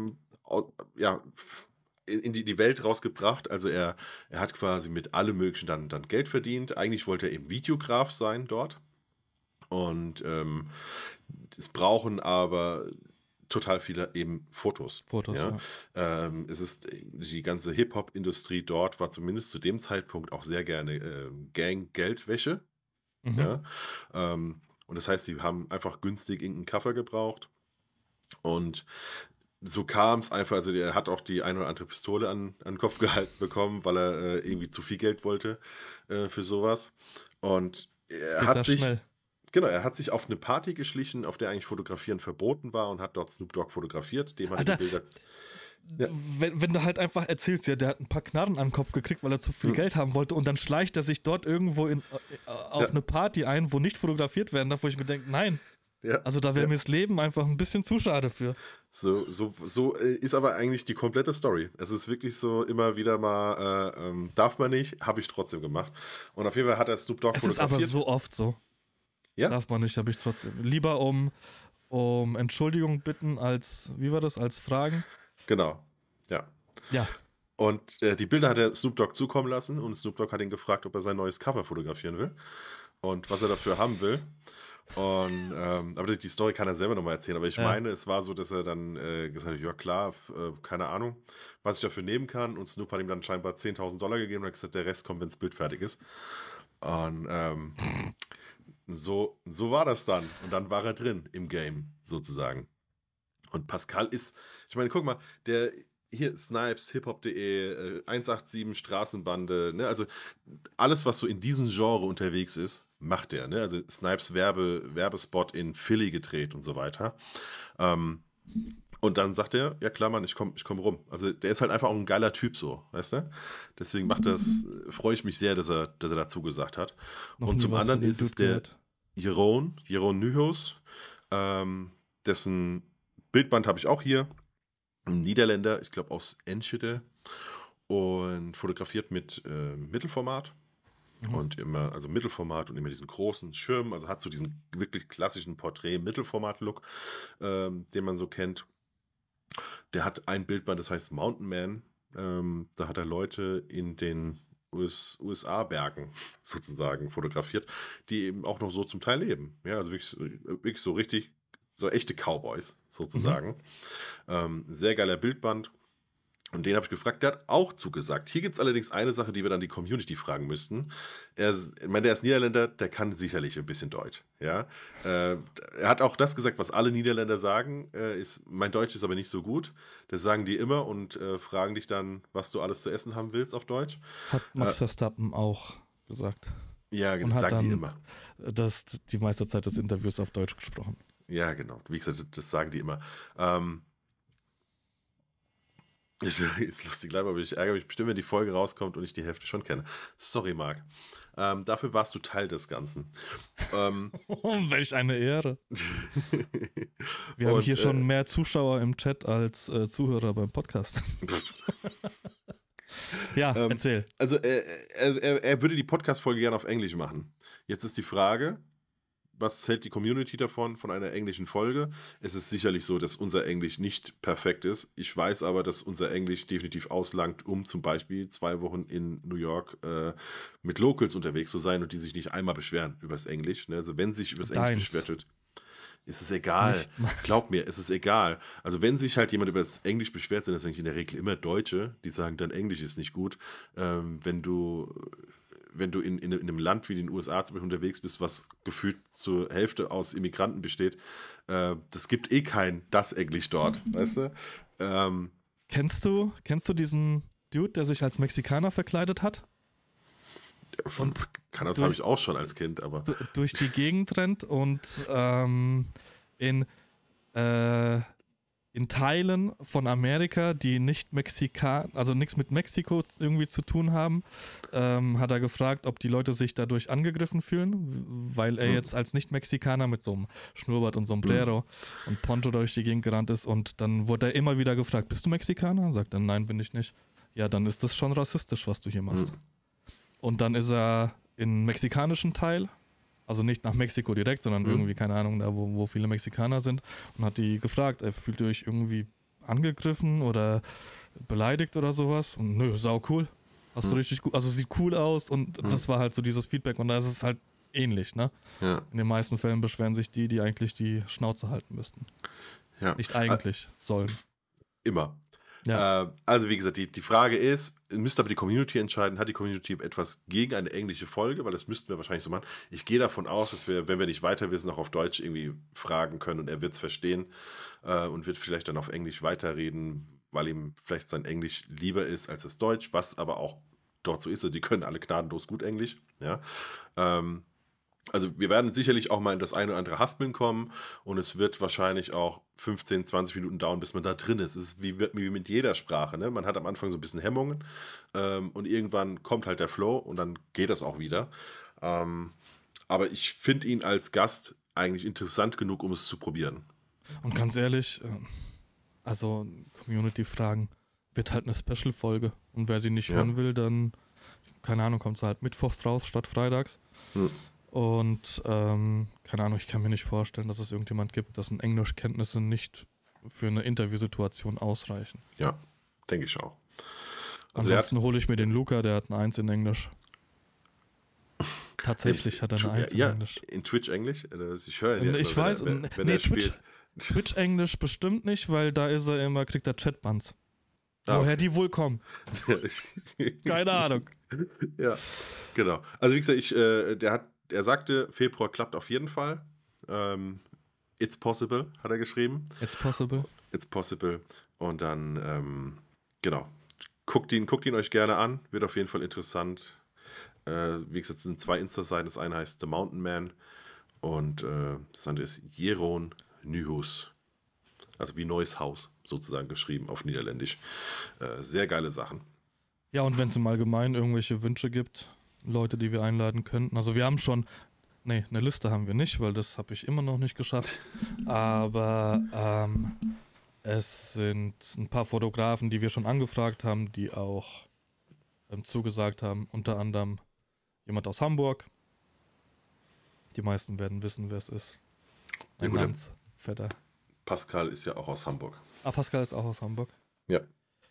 in die Welt rausgebracht. Also er hat quasi mit allem Möglichen dann Geld verdient. Eigentlich wollte er eben Videograf sein dort. Und es brauchen aber total viele eben Fotos. Es ist die ganze Hip-Hop-Industrie dort war zumindest zu dem Zeitpunkt auch sehr gerne Gang-Geldwäsche. Ja? Und das heißt, sie haben einfach günstig irgendeinen Cover gebraucht. Und so kam es einfach, also er hat auch die eine oder andere Pistole an den Kopf gehalten bekommen, weil er irgendwie zu viel Geld wollte für sowas. Und er hat sich auf eine Party geschlichen, auf der eigentlich Fotografieren verboten war und hat dort Snoop Dogg fotografiert. Dem hat die Bilder. Ja. Wenn du halt einfach erzählst, der hat ein paar Knarren an den Kopf gekriegt, weil er zu viel Geld haben wollte und dann schleicht er sich dort irgendwo auf eine Party ein, wo nicht fotografiert werden darf, wo ich mir denke, nein. Ja. Also da wäre mir das Leben einfach ein bisschen zu schade für. So ist aber eigentlich die komplette Story. Es ist wirklich so immer wieder mal, darf man nicht, habe ich trotzdem gemacht. Und auf jeden Fall hat er Snoop Dogg fotografiert. Es ist aber so oft so. Ja? Darf man nicht, habe ich trotzdem. Lieber um Entschuldigung bitten als Fragen. Genau, ja. Und die Bilder hat er Snoop Dogg zukommen lassen und Snoop Dogg hat ihn gefragt, ob er sein neues Cover fotografieren will und was er dafür haben will. Und aber die Story kann er selber nochmal erzählen, aber ich meine, es war so, dass er dann gesagt hat, ja klar, keine Ahnung, was ich dafür nehmen kann, und Snoop hat ihm dann scheinbar $10.000 gegeben und hat gesagt, der Rest kommt, wenn das Bild fertig ist. Und so war das dann. Und dann war er drin im Game, sozusagen. Und Pascal ist, ich meine, guck mal, hier Snipes, hiphop.de, 187 Straßenbande, ne? Also alles, was so in diesem Genre unterwegs ist, macht er. Ne? Also Snipes Werbespot in Philly gedreht und so weiter. Und dann sagt er, ja klar, Mann, ich komm rum. Also der ist halt einfach auch ein geiler Typ so, weißt du? Deswegen freue ich mich sehr, dass er dazu gesagt hat. Noch und nie zum was anderen von dem ist es Dude der gehört. Jeroen Nyhuis, dessen Bildband habe ich auch hier. Ein Niederländer, ich glaube aus Enschede, und fotografiert mit Mittelformat. Und immer, also Mittelformat und immer diesen großen Schirm, also hat so diesen wirklich klassischen Porträt-Mittelformat-Look, den man so kennt. Der hat ein Bildband, das heißt Mountain Man. Da hat er Leute in den USA-Bergen sozusagen fotografiert, die eben auch noch so zum Teil leben. Ja, also wirklich so richtig, so echte Cowboys sozusagen. Sehr geiler Bildband. Und den habe ich gefragt, der hat auch zugesagt. Hier gibt es allerdings eine Sache, die wir dann die Community fragen müssten. Ich meine, der ist Niederländer, der kann sicherlich ein bisschen Deutsch. Ja? Er hat auch das gesagt, was alle Niederländer sagen, mein Deutsch ist aber nicht so gut. Das sagen die immer und fragen dich dann, was du alles zu essen haben willst auf Deutsch. Hat Max Verstappen auch gesagt. Ja, Und das hat sagen die dann immer. die meiste Zeit des Interviews auf Deutsch gesprochen. Ja, genau. Wie gesagt, das sagen die immer. Ist lustig, aber ich ärgere mich bestimmt, wenn die Folge rauskommt und ich die Hälfte schon kenne. Sorry, Marc. Dafür warst du Teil des Ganzen. Welch eine Ehre. Wir haben hier schon mehr Zuschauer im Chat als Zuhörer beim Podcast. Ja, erzähl. Also er würde die Podcast-Folge gerne auf Englisch machen. Jetzt ist die Frage, was hält die Community davon, von einer englischen Folge? Es ist sicherlich so, dass unser Englisch nicht perfekt ist. Ich weiß aber, dass unser Englisch definitiv auslangt, um zum Beispiel 2 Wochen in New York mit Locals unterwegs zu sein und die sich nicht einmal beschweren über das Englisch. Ne? Also wenn sich über das Englisch beschwert wird, ist es egal. Glaub mir, es ist egal. Also wenn sich halt jemand über das Englisch beschwert, sind das eigentlich in der Regel immer Deutsche, die sagen, dein Englisch ist nicht gut. Wenn du in einem Land wie den USA zum Beispiel unterwegs bist, was gefühlt zur Hälfte aus Immigranten besteht, das gibt kein das Englisch dort, weißt du? Kennst du diesen Dude, der sich als Mexikaner verkleidet hat? Das habe ich auch schon als Kind, aber durch die Gegend rennt und in Teilen von Amerika, die nicht also nichts mit Mexiko irgendwie zu tun haben, hat er gefragt, ob die Leute sich dadurch angegriffen fühlen, weil er jetzt als Nicht-Mexikaner mit so einem Schnurrbart und Sombrero und Poncho durch die Gegend gerannt ist, und dann wurde er immer wieder gefragt, bist du Mexikaner? Sagt er, nein, bin ich nicht. Ja, dann ist das schon rassistisch, was du hier machst. Und dann ist er im mexikanischen Teil, also nicht nach Mexiko direkt, sondern irgendwie, keine Ahnung, da wo viele Mexikaner sind, und hat die gefragt, fühlt ihr euch irgendwie angegriffen oder beleidigt oder sowas? Und nö, sau cool. Hast du richtig gut, also sieht cool aus, und das war halt so dieses Feedback, und da ist es halt ähnlich, ne? Ja. In den meisten Fällen beschweren sich die eigentlich die Schnauze halten müssten. Ja. Nicht eigentlich sollen. Immer. Ja. Also wie gesagt, die Frage ist, müsste aber die Community entscheiden, hat die Community etwas gegen eine englische Folge, weil das müssten wir wahrscheinlich so machen. Ich gehe davon aus, dass wir, wenn wir nicht weiter wissen, auch auf Deutsch irgendwie fragen können, und er wird es verstehen und wird vielleicht dann auf Englisch weiterreden, weil ihm vielleicht sein Englisch lieber ist als das Deutsch, was aber auch dort so ist. Also die können alle gnadenlos gut Englisch. Ja. Also wir werden sicherlich auch mal in das eine oder andere Haspeln kommen, und es wird wahrscheinlich auch 15, 20 Minuten dauern, bis man da drin ist. Es ist wie mit jeder Sprache. Ne? Man hat am Anfang so ein bisschen Hemmungen und irgendwann kommt halt der Flow und dann geht das auch wieder. Aber ich finde ihn als Gast eigentlich interessant genug, um es zu probieren. Und ganz ehrlich, also Community-Fragen wird halt eine Special-Folge. Und wer sie nicht hören will, dann, keine Ahnung, kommt sie halt mittwochs raus statt freitags. Und keine Ahnung, ich kann mir nicht vorstellen, dass es irgendjemand gibt, dessen Englischkenntnisse nicht für eine Interviewsituation ausreichen. Ja, denke ich auch. Also ansonsten hole ich mir den Luca, der hat eine 1 in Englisch. Tatsächlich hat er eine 1 in Englisch. In Twitch-Englisch? Ich höre ihn ich weiß, wenn er spielt. Twitch-Englisch bestimmt nicht, weil da ist er immer, kriegt er Chatbans. Woher die wohl kommen? Keine Ahnung. Ja, genau. Also wie gesagt, er sagte, Februar klappt auf jeden Fall. It's possible, hat er geschrieben. It's possible. It's possible. Und dann Genau. Guckt ihn euch gerne an. Wird auf jeden Fall interessant. Wie gesagt, es sind 2 Insta-Seiten. Das eine heißt The Mountain Man und das andere ist Jeroen Nyhus. Also wie neues Haus, sozusagen geschrieben auf Niederländisch. Sehr geile Sachen. Ja, und wenn es im Allgemeinen irgendwelche Wünsche gibt, Leute, die wir einladen könnten. Also wir haben schon, eine Liste haben wir nicht, weil das habe ich immer noch nicht geschafft. Aber es sind ein paar Fotografen, die wir schon angefragt haben, die auch zugesagt haben. Unter anderem jemand aus Hamburg. Die meisten werden wissen, wer es ist. Ein Namensvetter. Pascal ist ja auch aus Hamburg. Ah, Pascal ist auch aus Hamburg. Ja.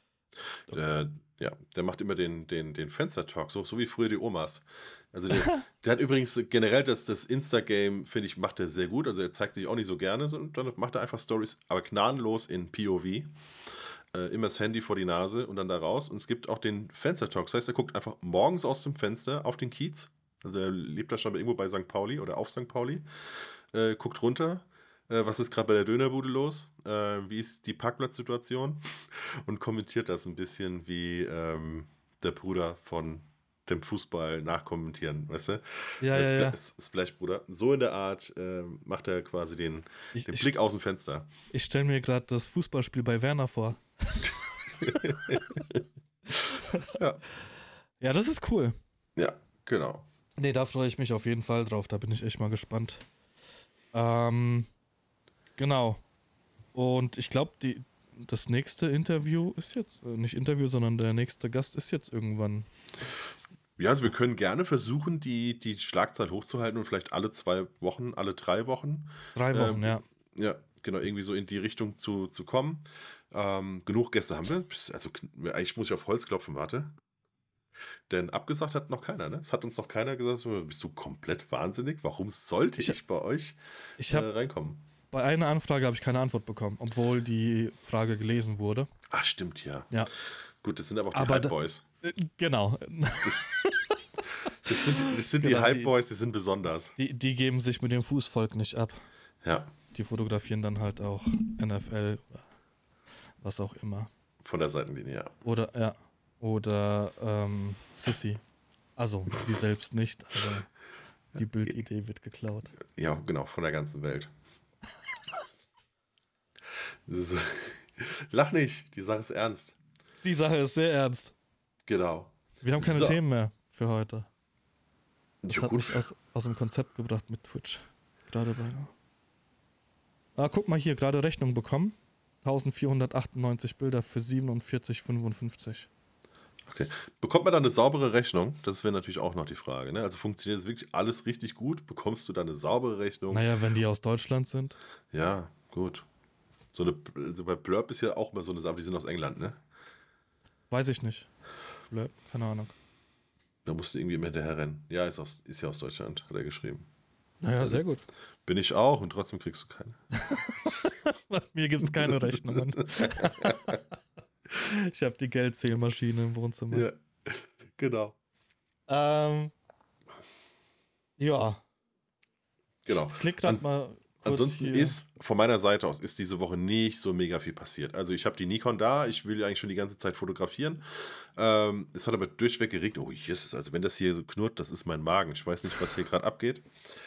Der macht immer den Fenster-Talk, so wie früher die Omas. Also der hat übrigens generell das Insta-Game, finde ich, macht er sehr gut. Also er zeigt sich auch nicht so gerne, sondern dann macht er einfach Stories, aber gnadenlos in POV. Immer das Handy vor die Nase und dann da raus. Und es gibt auch den Fenster-Talk. Das heißt, er guckt einfach morgens aus dem Fenster auf den Kiez. Also er lebt da schon irgendwo bei St. Pauli oder auf St. Pauli. Guckt runter. Was ist gerade bei der Dönerbude los? Wie ist die Parkplatzsituation? Und kommentiert das ein bisschen wie der Bruder von dem Fußball nachkommentieren, weißt du? Ja. Splash-Bruder. So in der Art macht er quasi den Blick aus dem Fenster. Ich stelle mir gerade das Fußballspiel bei Werner vor. Ja. Ja, das ist cool. Ja, genau. Nee, da freue ich mich auf jeden Fall drauf. Da bin ich echt mal gespannt. Genau. Und ich glaube, das nächste Interview ist jetzt, nicht Interview, sondern der nächste Gast ist jetzt irgendwann. Ja, also wir können gerne versuchen, die Schlagzeit hochzuhalten und vielleicht alle 2 Wochen, alle 3 Wochen. 3 Wochen, ja. Ja, genau, irgendwie so in die Richtung zu kommen. Genug Gäste haben wir. Also eigentlich muss ich auf Holz klopfen, warte. Denn abgesagt hat noch keiner, ne? Es hat uns noch keiner gesagt, bist du komplett wahnsinnig? Warum sollte ich bei euch reinkommen? Bei einer Anfrage habe ich keine Antwort bekommen, obwohl die Frage gelesen wurde. Ach, stimmt, ja. Ja. Gut, das sind aber auch die Hype-Boys. Genau. Das sind die Hype-Boys, die sind besonders. Die geben sich mit dem Fußvolk nicht ab. Ja. Die fotografieren dann halt auch NFL oder was auch immer. Von der Seitenlinie, ja. Oder Sissy. Also, sie selbst nicht, aber die Bildidee wird geklaut. Ja, genau, von der ganzen Welt. So. Lach nicht, die Sache ist ernst. Die Sache ist sehr ernst. Genau. Wir haben keine Themen mehr für heute. Das ja, hat mich aus dem Konzept gebracht mit Twitch. Gerade guck mal hier, gerade Rechnung bekommen. 1498 Bilder für 47,55. Okay. Bekommt man da eine saubere Rechnung? Das wäre natürlich auch noch die Frage. Ne? Also funktioniert das wirklich alles richtig gut? Bekommst du da eine saubere Rechnung? Naja, wenn die aus Deutschland sind. Ja, gut. Also bei Blurb ist ja auch mal so eine Sache, die sind aus England, ne? Weiß ich nicht. Blurb, keine Ahnung. Da musst du irgendwie immer hinterher rennen. Ja, ist ja aus Deutschland, hat er geschrieben. Naja, also, sehr gut. Bin ich auch und trotzdem kriegst du keine. Bei mir gibt es keine Rechnungen. Ich habe die Geldzählmaschine im Wohnzimmer. Ja, genau. Ja. Genau. Ich klick gerade mal. Ansonsten ist von meiner Seite aus ist diese Woche nicht so mega viel passiert. Also ich habe die Nikon da, ich will eigentlich schon die ganze Zeit fotografieren. Es hat aber durchweg geregnet. Oh Jesus, also wenn das hier so knurrt, das ist mein Magen. Ich weiß nicht, was hier gerade abgeht.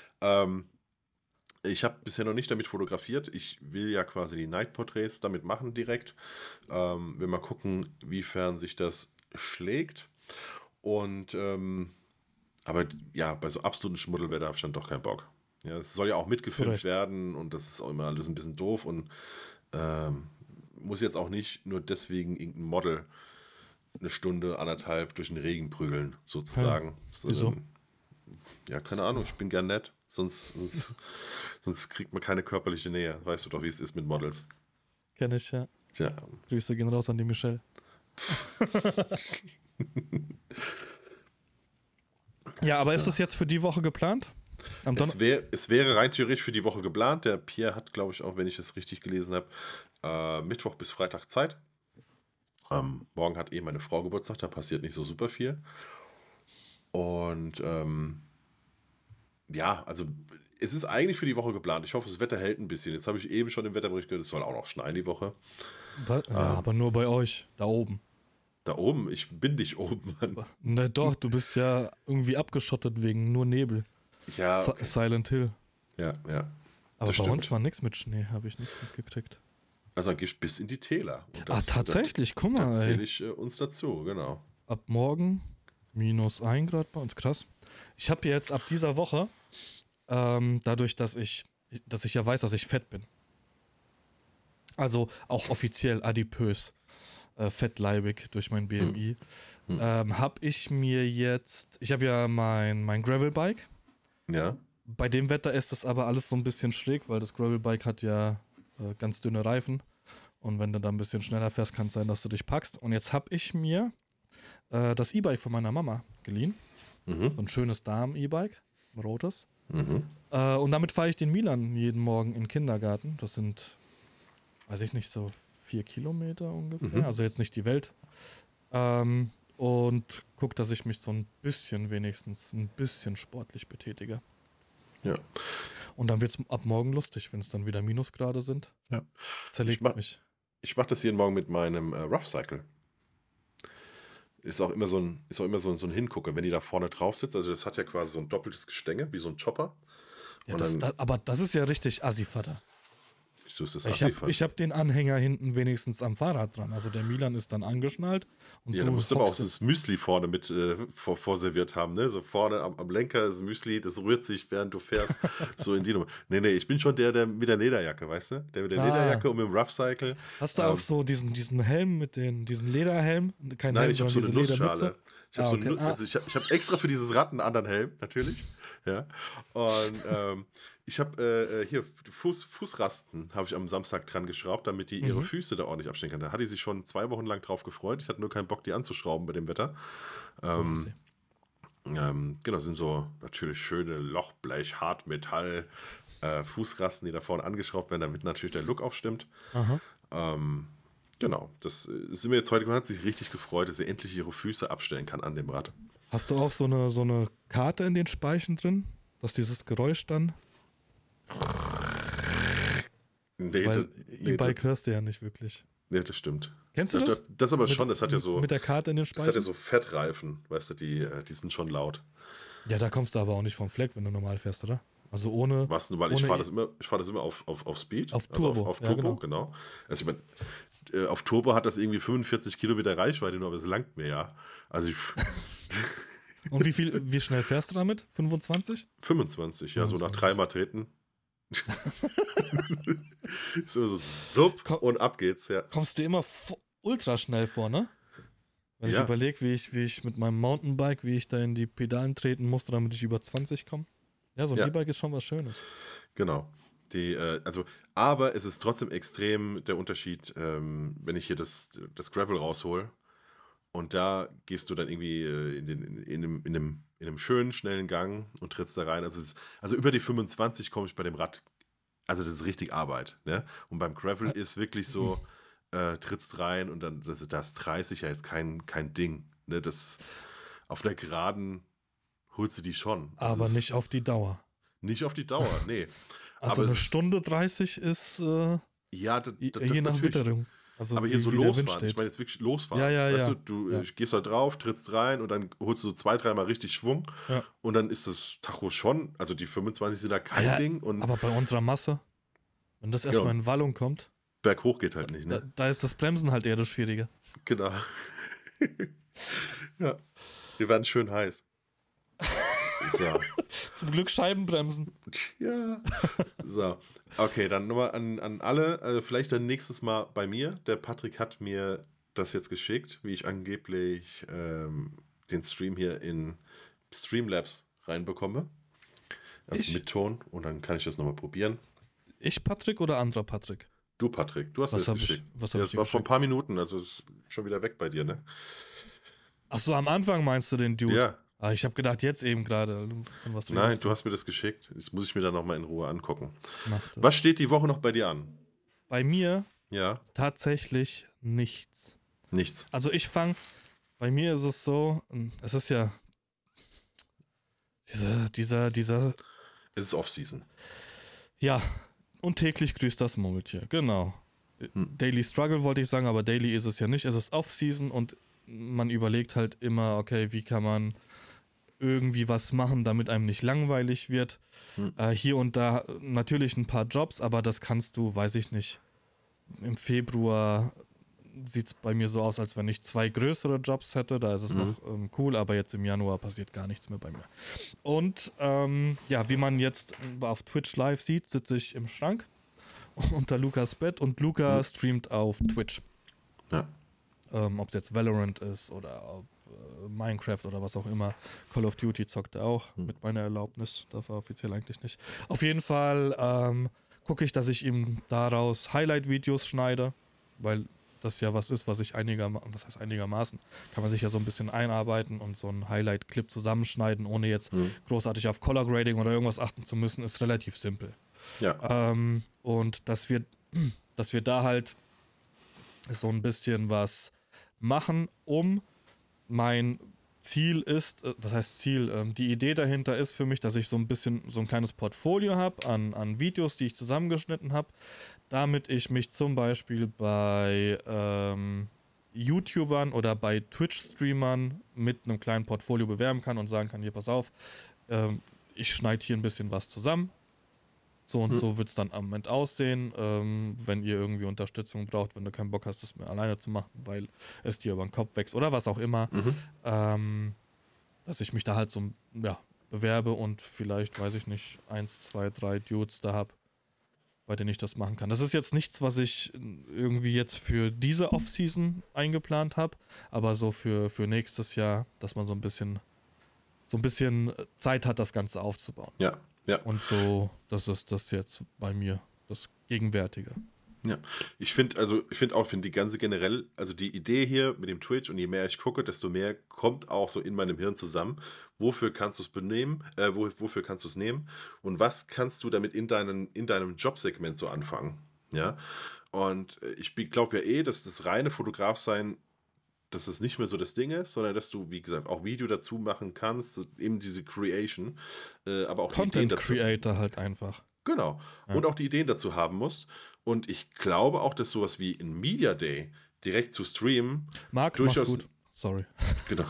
Ich habe bisher noch nicht damit fotografiert. Ich will ja quasi die Night-Porträts damit machen direkt. Wir mal gucken, wiefern sich das schlägt. Und aber ja, bei so absoluten Schmuddelwetter habe ich dann doch keinen Bock. Ja, es soll ja auch mitgefilmt werden und das ist auch immer alles ein bisschen doof und muss jetzt auch nicht nur deswegen irgendein Model 1 Stunde, 1,5 durch den Regen prügeln, sozusagen. Ja, wieso? Ja, keine Ahnung, ich bin gern nett, sonst kriegt man keine körperliche Nähe. Weißt du doch, wie es ist mit Models. Kenn ich, ja. Tja. Grüße gehen raus an die Michelle. Ja, aber ist das jetzt für die Woche geplant? Es wäre rein theoretisch für die Woche geplant. Der Pierre hat, glaube ich, auch, wenn ich es richtig gelesen habe, Mittwoch bis Freitag Zeit. Morgen hat meine Frau Geburtstag, da passiert nicht so super viel. Und ja, also es ist eigentlich für die Woche geplant. Ich hoffe, das Wetter hält ein bisschen. Jetzt habe ich eben schon im Wetterbericht gehört, es soll auch noch schneien die Woche. Ja, aber nur bei euch, da oben. Da oben? Ich bin nicht oben, Mann. Na doch, du bist ja irgendwie abgeschottet wegen nur Nebel. Ja, okay. Silent Hill. Ja. Aber bei uns war nichts mit Schnee, habe ich nichts mitgekriegt. Also dann gehst du bis in die Täler. Tatsächlich, guck mal. Da zähle ich uns dazu, genau. Ab morgen -1 Grad bei uns, krass. Ich habe jetzt ab dieser Woche, dadurch, dass ich ja weiß, dass ich fett bin, also auch offiziell adipös, fettleibig durch mein BMI, habe ich mir jetzt, ich habe ja mein Gravelbike. Ja. Bei dem Wetter ist das aber alles so ein bisschen schräg, weil das Gravelbike hat ja ganz dünne Reifen. Und wenn du da ein bisschen schneller fährst, kann es sein, dass du dich packst. Und jetzt habe ich mir das E-Bike von meiner Mama geliehen. So ein schönes Damen-E-Bike, ein rotes. Und damit fahre ich den Milan jeden Morgen in den Kindergarten. Das sind, weiß ich nicht, so 4 Kilometer ungefähr. Also jetzt nicht die Welt. Und gucke, dass ich mich so wenigstens ein bisschen sportlich betätige. Ja. Und dann wird es ab morgen lustig, wenn es dann wieder Minusgrade sind. Ja. Zerlegt es mich. Ich mache das jeden Morgen mit meinem Rough Cycle. Ist auch immer so ein Hingucker, wenn die da vorne drauf sitzt. Also das hat ja quasi so ein doppeltes Gestänge, wie so ein Chopper. Ja, aber das ist ja richtig Assi-Vater. Wieso ist das Assi-Vater? Ich hab den Anhänger hinten wenigstens am Fahrrad dran. Also der Milan ist dann angeschnallt. Und ja, da musst du aber auch das Müsli vorne mit vorserviert haben, ne? So vorne am Lenker das Müsli, das rührt sich, während du fährst. So in die Nummer. Nee, ich bin schon der mit der Lederjacke, weißt du? Der mit der Lederjacke und mit dem Rough Cycle. Hast du auch so diesen Helm diesen Lederhelm? Nein, Helm, ich habe so eine Nussschale. Ich habe extra für dieses Rad einen anderen Helm, natürlich. Ja. Und ich habe hier Fußrasten habe ich am Samstag dran geschraubt, damit die ihre Füße da ordentlich abstellen kann. Da hat die sich schon 2 Wochen lang drauf gefreut. Ich hatte nur keinen Bock, die anzuschrauben bei dem Wetter. Genau, sind so natürlich schöne Lochblech, Hartmetall Fußrasten, die da vorne angeschraubt werden, damit natürlich der Look auch stimmt. Genau, das sind wir jetzt heute, man hat sich richtig gefreut, dass sie endlich ihre Füße abstellen kann an dem Rad. Hast du auch so eine Karte in den Speichen drin, dass dieses Geräusch dann... Weil E-Bike hörst du ja nicht wirklich. Nee, das stimmt. Kennst du das? Das aber schon, das hat ja so... Mit der Karte in den Speichen? Das hat ja so Fettreifen, weißt du, die sind schon laut. Ja, da kommst du aber auch nicht vom Fleck, wenn du normal fährst, oder? Also ohne... Was, weil ich fahre das immer auf Speed. Auf Turbo. Also auf Turbo, genau. Also ich meine, auf Turbo hat das irgendwie 45 Kilometer Reichweite nur, aber es langt mir ja. Also ich... Und wie schnell fährst du damit? 25? 25, ja, so nach 3-mal treten. Ist immer so supp und ab geht's, ja. Kommst du immer ultra schnell vor, ne? Wenn ich überlege, wie ich mit meinem Mountainbike, wie ich da in die Pedalen treten musste, damit ich über 20 komme. Ja, so ein E-Bike ist schon was Schönes. Genau. Aber es ist trotzdem extrem der Unterschied, wenn ich hier das Gravel raushol und da gehst du dann irgendwie in einem schönen, schnellen Gang und trittst da rein. Also über die 25 komme ich bei dem Rad, also das ist richtig Arbeit. Ne? Und beim Gravel ist wirklich so, trittst rein und dann, das 30 ja jetzt kein Ding. Ne? Das auf der Geraden holst du die schon. Aber nicht auf die Dauer. Nicht auf die Dauer, nee. Also aber eine Stunde 30 ist ja, je nach Witterung. Also aber hier so losfahren, ich meine jetzt wirklich losfahren. Ja. Weißt du gehst da drauf, trittst rein und dann holst du 2-3 Mal richtig Schwung und dann ist das Tacho schon, also die 25 sind da kein Ding. Und aber bei unserer Masse, wenn das erstmal in Wallung kommt, berghoch geht halt nicht, ne? Da ist das Bremsen halt eher das Schwierige. Genau. Ja, wir werden schön heiß. So. Zum Glück Scheibenbremsen. Ja. So. Okay, dann nochmal an alle. Also vielleicht dann nächstes Mal bei mir. Der Patrick hat mir das jetzt geschickt, wie ich angeblich den Stream hier in Streamlabs reinbekomme. Also mit Ton. Und dann kann ich das nochmal probieren. Ich Patrick oder anderer Patrick? Du Patrick, du hast mir das geschickt. Das war vor ein paar Minuten, also ist schon wieder weg bei dir, ne? Ach so, am Anfang meinst du den Dude? Ja. Ah, ich habe gedacht, jetzt eben gerade. Nein, du hast mir das geschickt. Das muss ich mir dann nochmal in Ruhe angucken. Was steht die Woche noch bei dir an? Bei mir? Ja. Tatsächlich nichts. Nichts. Also bei mir ist es so, es ist ja dieser. Es ist Off-Season. Ja, und täglich grüßt das Murmeltier, genau. Daily Struggle wollte ich sagen, aber Daily ist es ja nicht. Es ist Off-Season und man überlegt halt immer, okay, wie kann man irgendwie was machen, damit einem nicht langweilig wird. Hier und da natürlich ein paar Jobs, aber das kannst du, weiß ich nicht, im Februar sieht es bei mir so aus, als wenn ich 2 größere Jobs hätte. Da ist es noch cool, aber jetzt im Januar passiert gar nichts mehr bei mir. Und ja, wie man jetzt auf Twitch Live sieht, sitze ich im Schrank unter Lukas Bett und Luca streamt auf Twitch. Ja. Ob es jetzt Valorant ist oder ob Minecraft oder was auch immer. Call of Duty zockt er auch mit meiner Erlaubnis. Darf er offiziell eigentlich nicht. Auf jeden Fall gucke ich, dass ich ihm daraus Highlight-Videos schneide, weil das ja was ist, was ich einigermaßen, kann man sich ja so ein bisschen einarbeiten und so einen Highlight-Clip zusammenschneiden, ohne jetzt großartig auf Color Grading oder irgendwas achten zu müssen, ist relativ simpel. Ja. Und dass wir da halt so ein bisschen was machen, mein Ziel ist, was heißt Ziel? Die Idee dahinter ist für mich, dass ich so ein bisschen so ein kleines Portfolio habe an Videos, die ich zusammengeschnitten habe, damit ich mich zum Beispiel bei YouTubern oder bei Twitch-Streamern mit einem kleinen Portfolio bewerben kann und sagen kann, hier, pass auf, ich schneide hier ein bisschen was zusammen. So und so wird es dann am Ende aussehen, wenn ihr irgendwie Unterstützung braucht, wenn du keinen Bock hast, das mehr alleine zu machen, weil es dir über den Kopf wächst oder was auch immer, dass ich mich da halt so bewerbe und vielleicht, weiß ich nicht, 1, 2, 3 Dudes da habe, bei denen ich das machen kann. Das ist jetzt nichts, was ich irgendwie jetzt für diese Off-Season eingeplant habe, aber so für nächstes Jahr, dass man so ein bisschen Zeit hat, das Ganze aufzubauen. Ja. Ja. Und so, das ist das jetzt bei mir, das Gegenwärtige. Ja, ich finde die ganze generell, also die Idee hier mit dem Twitch und je mehr ich gucke, desto mehr kommt auch so in meinem Hirn zusammen. Wofür kannst du es benehmen, wofür kannst du es nehmen und was kannst du damit in deinem Jobsegment so anfangen? Ja, und ich glaube ja dass das reine Fotograf-Sein, dass das nicht mehr so das Ding ist, sondern dass du, wie gesagt, auch Video dazu machen kannst, eben diese Creation, aber auch Content die Ideen dazu. Creator halt einfach. Genau. Ja. Und auch die Ideen dazu haben musst. Und ich glaube auch, dass sowas wie ein Media Day direkt zu streamen Marc, durchaus gut. Sorry. Genau.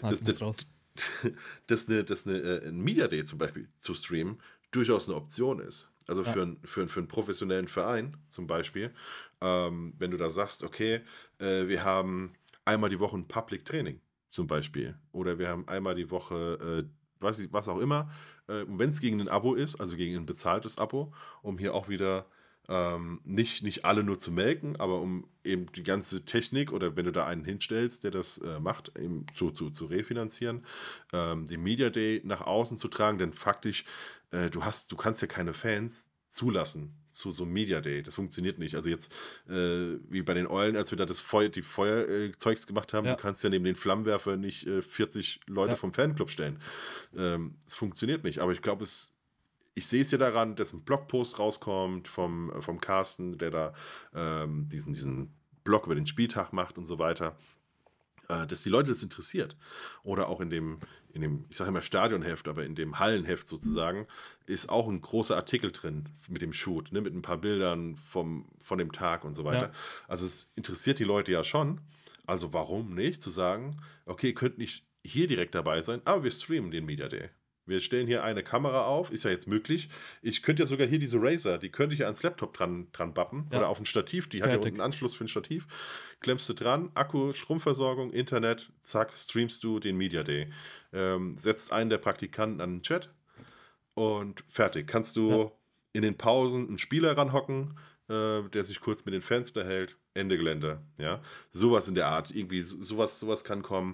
Dass ein Media Day zum Beispiel zu streamen durchaus eine Option ist. Also für einen professionellen Verein zum Beispiel, wenn du da sagst, okay, wir haben einmal die Woche ein Public Training zum Beispiel oder wir haben einmal die Woche was auch immer, wenn es gegen ein Abo ist, also gegen ein bezahltes Abo, um hier auch wieder nicht alle nur zu melken, aber um eben die ganze Technik oder wenn du da einen hinstellst, der das macht, eben zu refinanzieren, den Media Day nach außen zu tragen, denn faktisch, du kannst ja keine Fans zulassen zu so einem Media Day. Das funktioniert nicht. Also jetzt, wie bei den Eulen, als wir da die Feuerzeugs gemacht haben, du kannst ja neben den Flammenwerfer nicht 40 Leute vom Fanclub stellen. Es funktioniert nicht. Aber ich glaube, ich sehe es ja daran, dass ein Blogpost rauskommt vom Carsten, der da diesen Blog über den Spieltag macht und so weiter, dass die Leute das interessiert. Oder auch in dem, ich sage immer Stadionheft, aber in dem Hallenheft sozusagen, ist auch ein großer Artikel drin mit dem Shoot, ne, mit ein paar Bildern von dem Tag und so weiter. Ja. Also es interessiert die Leute ja schon. Also warum nicht zu sagen, okay, ihr könnt nicht hier direkt dabei sein, aber wir streamen den Media Day. Wir stellen hier eine Kamera auf, ist ja jetzt möglich. Ich könnte ja sogar hier diese Razer, die könnte ich ja ans Laptop dran bappen oder auf ein Stativ, die hat ja unten einen Anschluss für ein Stativ. Klemmst du dran, Akku, Stromversorgung, Internet, zack, streamst du den Media Day. Setzt einen der Praktikanten an den Chat und fertig. Kannst du in den Pausen einen Spieler ranhocken, der sich kurz mit den Fans behält, Ende Gelände. Ja? Sowas in der Art, irgendwie sowas kann kommen.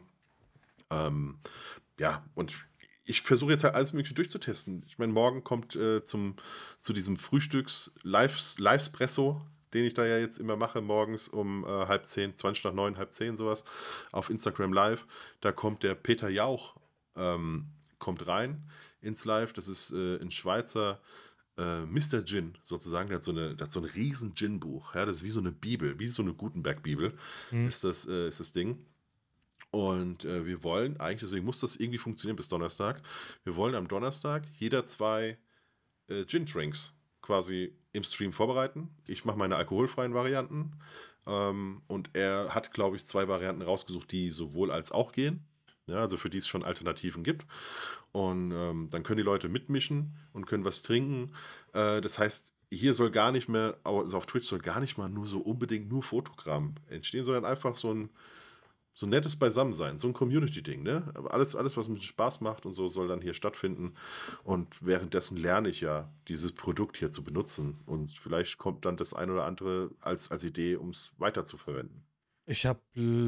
Und ich versuche jetzt halt alles Mögliche durchzutesten. Ich meine, morgen kommt zu diesem Frühstücks-Livespresso, den ich da ja jetzt immer mache, morgens um 9:30, 20 nach 9, 9:30 sowas, auf Instagram Live. Da kommt der Peter Jauch, kommt rein ins Live. Das ist ein Schweizer Mr. Gin sozusagen. Der hat so ein riesen Gin-Buch. Ja, das ist wie so eine Bibel, wie so eine Gutenberg-Bibel ist das Ding. Und wir wollen eigentlich, deswegen muss das irgendwie funktionieren bis Donnerstag, wir wollen am Donnerstag jeder 2 Gin-Drinks quasi im Stream vorbereiten. Ich mache meine alkoholfreien Varianten. Und er hat, glaube ich, 2 Varianten rausgesucht, die sowohl als auch gehen. Ja, also für die es schon Alternativen gibt. Und dann können die Leute mitmischen und können was trinken. Das heißt, hier soll gar nicht mehr, also auf Twitch soll gar nicht mal nur so unbedingt nur Fotokram entstehen, sondern einfach so ein nettes Beisammensein, so ein Community-Ding, ne? Aber alles, was mir Spaß macht und so, soll dann hier stattfinden. Und währenddessen lerne ich ja, dieses Produkt hier zu benutzen. Und vielleicht kommt dann das ein oder andere als Idee, um es weiter zu verwenden. Ich habe,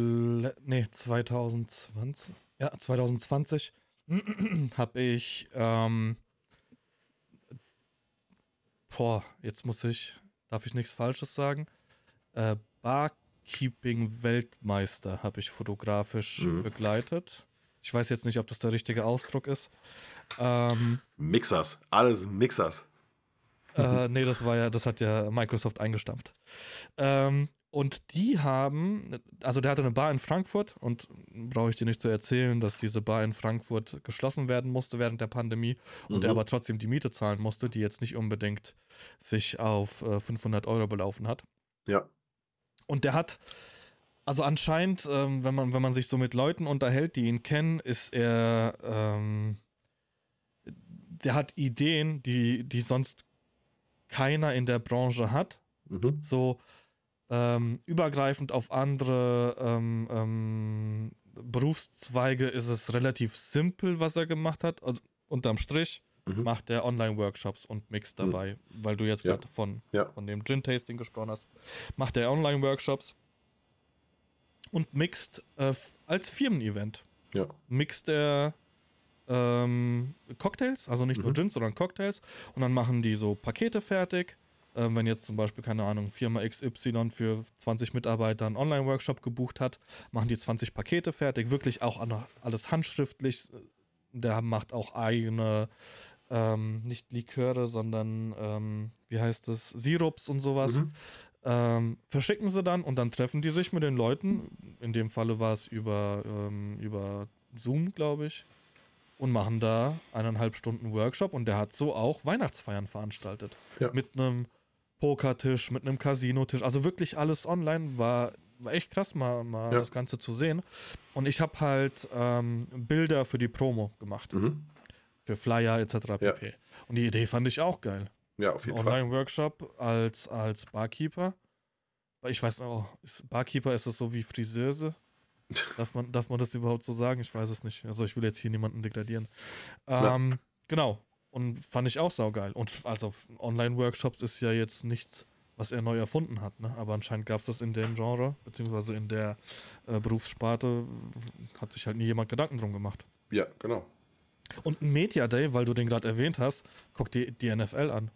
2020, ja, 2020 habe ich, jetzt darf ich nichts Falsches sagen, Barkeeping-Weltmeister habe ich fotografisch begleitet. Ich weiß jetzt nicht, ob das der richtige Ausdruck ist. Mixers, alles Mixers. Nee, das hat ja Microsoft eingestampft. Und die haben, also der hatte eine Bar in Frankfurt und brauche ich dir nicht zu erzählen, dass diese Bar in Frankfurt geschlossen werden musste während der Pandemie und er aber trotzdem die Miete zahlen musste, die jetzt nicht unbedingt sich auf 500 € belaufen hat. Ja. Und der hat, also anscheinend, wenn man sich so mit Leuten unterhält, die ihn kennen, ist er, der hat Ideen, die sonst keiner in der Branche hat. So übergreifend auf andere Berufszweige ist es relativ simpel, was er gemacht hat. Und unterm Strich macht er Online-Workshops und mixt dabei, weil du jetzt gerade von dem Gin-Tasting gesprochen hast. Macht er Online-Workshops und mixt als Firmen-Event. Ja. Mixt er Cocktails, also nicht nur Gins, sondern Cocktails. Und dann machen die so Pakete fertig. Wenn jetzt zum Beispiel, keine Ahnung, Firma XY für 20 Mitarbeiter einen Online-Workshop gebucht hat, machen die 20 Pakete fertig, wirklich auch alles handschriftlich. Der macht auch eigene, nicht Liköre, sondern, wie heißt es, Sirups und sowas. Verschicken sie dann und dann treffen die sich mit den Leuten. In dem Falle war es über Zoom, glaube ich. Und machen da 1,5 Stunden Workshop und der hat so auch Weihnachtsfeiern veranstaltet. Ja. Mit einem Pokertisch, mit einem Casinotisch, also wirklich alles online, war echt krass, mal das Ganze zu sehen. Und ich habe halt Bilder für die Promo gemacht. Für Flyer etc. pp. Ja. Und die Idee fand ich auch geil. Ja, auf jeden Fall. Online-Workshop als Barkeeper. Ich weiß auch, Barkeeper ist es so wie Friseuse. Darf man das überhaupt so sagen? Ich weiß es nicht. Also ich will jetzt hier niemanden degradieren. Genau. Und fand ich auch saugeil. Und also Online-Workshops ist ja jetzt nichts, was er neu erfunden hat, ne? Aber anscheinend gab es das in dem Genre, beziehungsweise in der Berufssparte, hat sich halt nie jemand Gedanken drum gemacht. Ja, genau. Und ein Media Day, weil du den gerade erwähnt hast, guck dir die NFL an.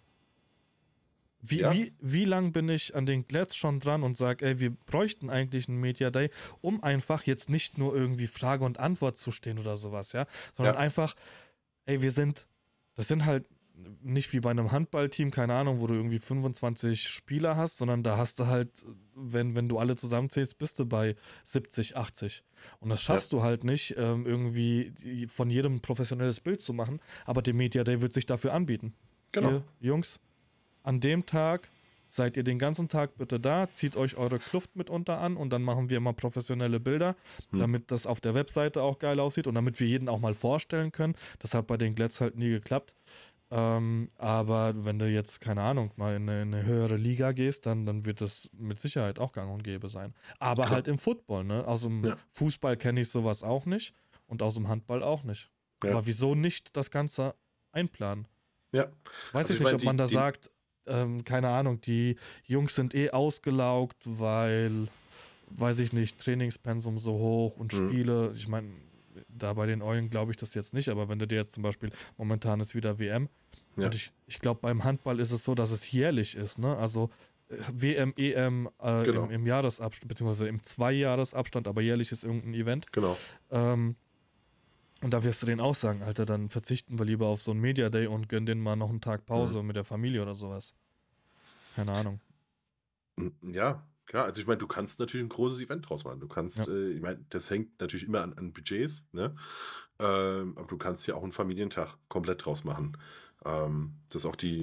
Wie lang bin ich an den Glets schon dran und sage, ey, wir bräuchten eigentlich einen Media Day, um einfach jetzt nicht nur irgendwie Frage und Antwort zu stehen oder sowas, ja, sondern einfach, ey, das sind halt nicht wie bei einem Handballteam, keine Ahnung, wo du irgendwie 25 Spieler hast, sondern da hast du halt, wenn du alle zusammenzählst, bist du bei 70, 80. Und das schaffst du halt nicht, irgendwie von jedem ein professionelles Bild zu machen, aber der Media Day wird sich dafür anbieten. Genau. Ihr, Jungs, an dem Tag seid ihr den ganzen Tag bitte da, zieht euch eure Kluft mitunter an und dann machen wir mal professionelle Bilder, damit das auf der Webseite auch geil aussieht und damit wir jeden auch mal vorstellen können. Das hat bei den Glets halt nie geklappt. Aber wenn du jetzt, keine Ahnung, mal in eine höhere Liga gehst, dann wird das mit Sicherheit auch gang und gäbe sein. Aber halt im Football, ne? Aus dem Fußball kenne ich sowas auch nicht und aus dem Handball auch nicht. Ja. Aber wieso nicht das Ganze einplanen? Ja. Weiß ich nicht, ob man da sagt, keine Ahnung, die Jungs sind ausgelaugt, weil, weiß ich nicht, Trainingspensum so hoch und Spiele, ich meine, da bei den Eulen glaube ich das jetzt nicht, aber wenn du dir jetzt zum Beispiel, momentan ist wieder WM, und ich glaube beim Handball ist es so, dass es jährlich ist, ne, also WM, EM genau. im Jahresabstand, beziehungsweise im 2-Jahresabstand, aber jährlich ist irgendein Event. Genau. Und da wirst du denen auch sagen, Alter, dann verzichten wir lieber auf so einen Media Day und gönnen denen mal noch einen Tag Pause mit der Familie oder sowas. Keine Ahnung. Ja, klar. Also ich meine, du kannst natürlich ein großes Event draus machen. Du kannst, ich meine, das hängt natürlich immer an Budgets, ne? Aber du kannst ja auch einen Familientag komplett draus machen. Das ist auch die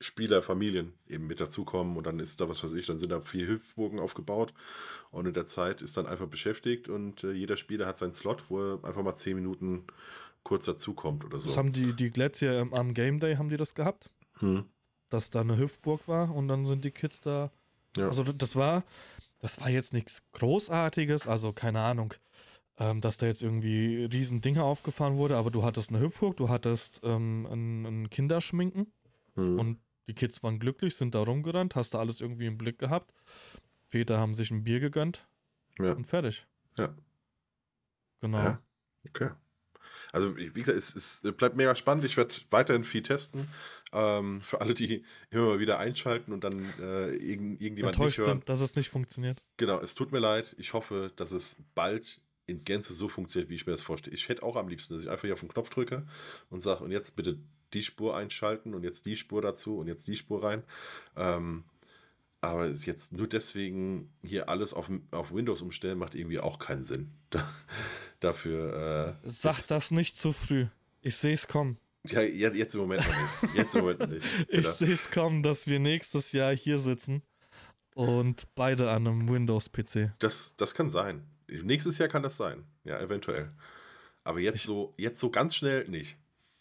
Spielerfamilien eben mit dazukommen und dann ist da, was weiß ich, dann sind da 4 Hüpfburgen aufgebaut und in der Zeit ist dann einfach beschäftigt und jeder Spieler hat seinen Slot, wo er einfach mal 10 Minuten kurz dazukommt oder so. Das haben die Glacier am Game Day, haben die das gehabt? Dass da eine Hüpfburg war und dann sind die Kids da. Ja. Also das war jetzt nichts Großartiges, also keine Ahnung, dass da jetzt irgendwie riesen Dinge aufgefahren wurde, aber du hattest eine Hüpfburg, du hattest ein Kinderschminken und die Kids waren glücklich, sind da rumgerannt, hast da alles irgendwie im Blick gehabt. Väter haben sich ein Bier gegönnt und fertig. Ja. Genau. Ja. Okay. Also wie gesagt, es bleibt mega spannend. Ich werde weiterhin viel testen. Für alle, die immer mal wieder einschalten und dann irgendjemand enttäuscht nicht hören. sind, dass es nicht funktioniert. Genau, es tut mir leid. Ich hoffe, dass es bald in Gänze so funktioniert, wie ich mir das vorstelle. Ich hätte auch am liebsten, dass ich einfach hier auf den Knopf drücke und sage, und jetzt bitte die Spur einschalten und jetzt die Spur dazu und jetzt die Spur rein. Aber jetzt nur deswegen hier alles auf Windows umstellen, macht irgendwie auch keinen Sinn. Dafür. Sag das nicht zu früh. Ich sehe es kommen. Ja, jetzt im Moment noch nicht. Jetzt im Moment nicht. Ich sehe es kommen, dass wir nächstes Jahr hier sitzen und beide an einem Windows-PC. Das kann sein. Nächstes Jahr kann das sein. Ja, eventuell. Aber jetzt so ganz schnell nicht.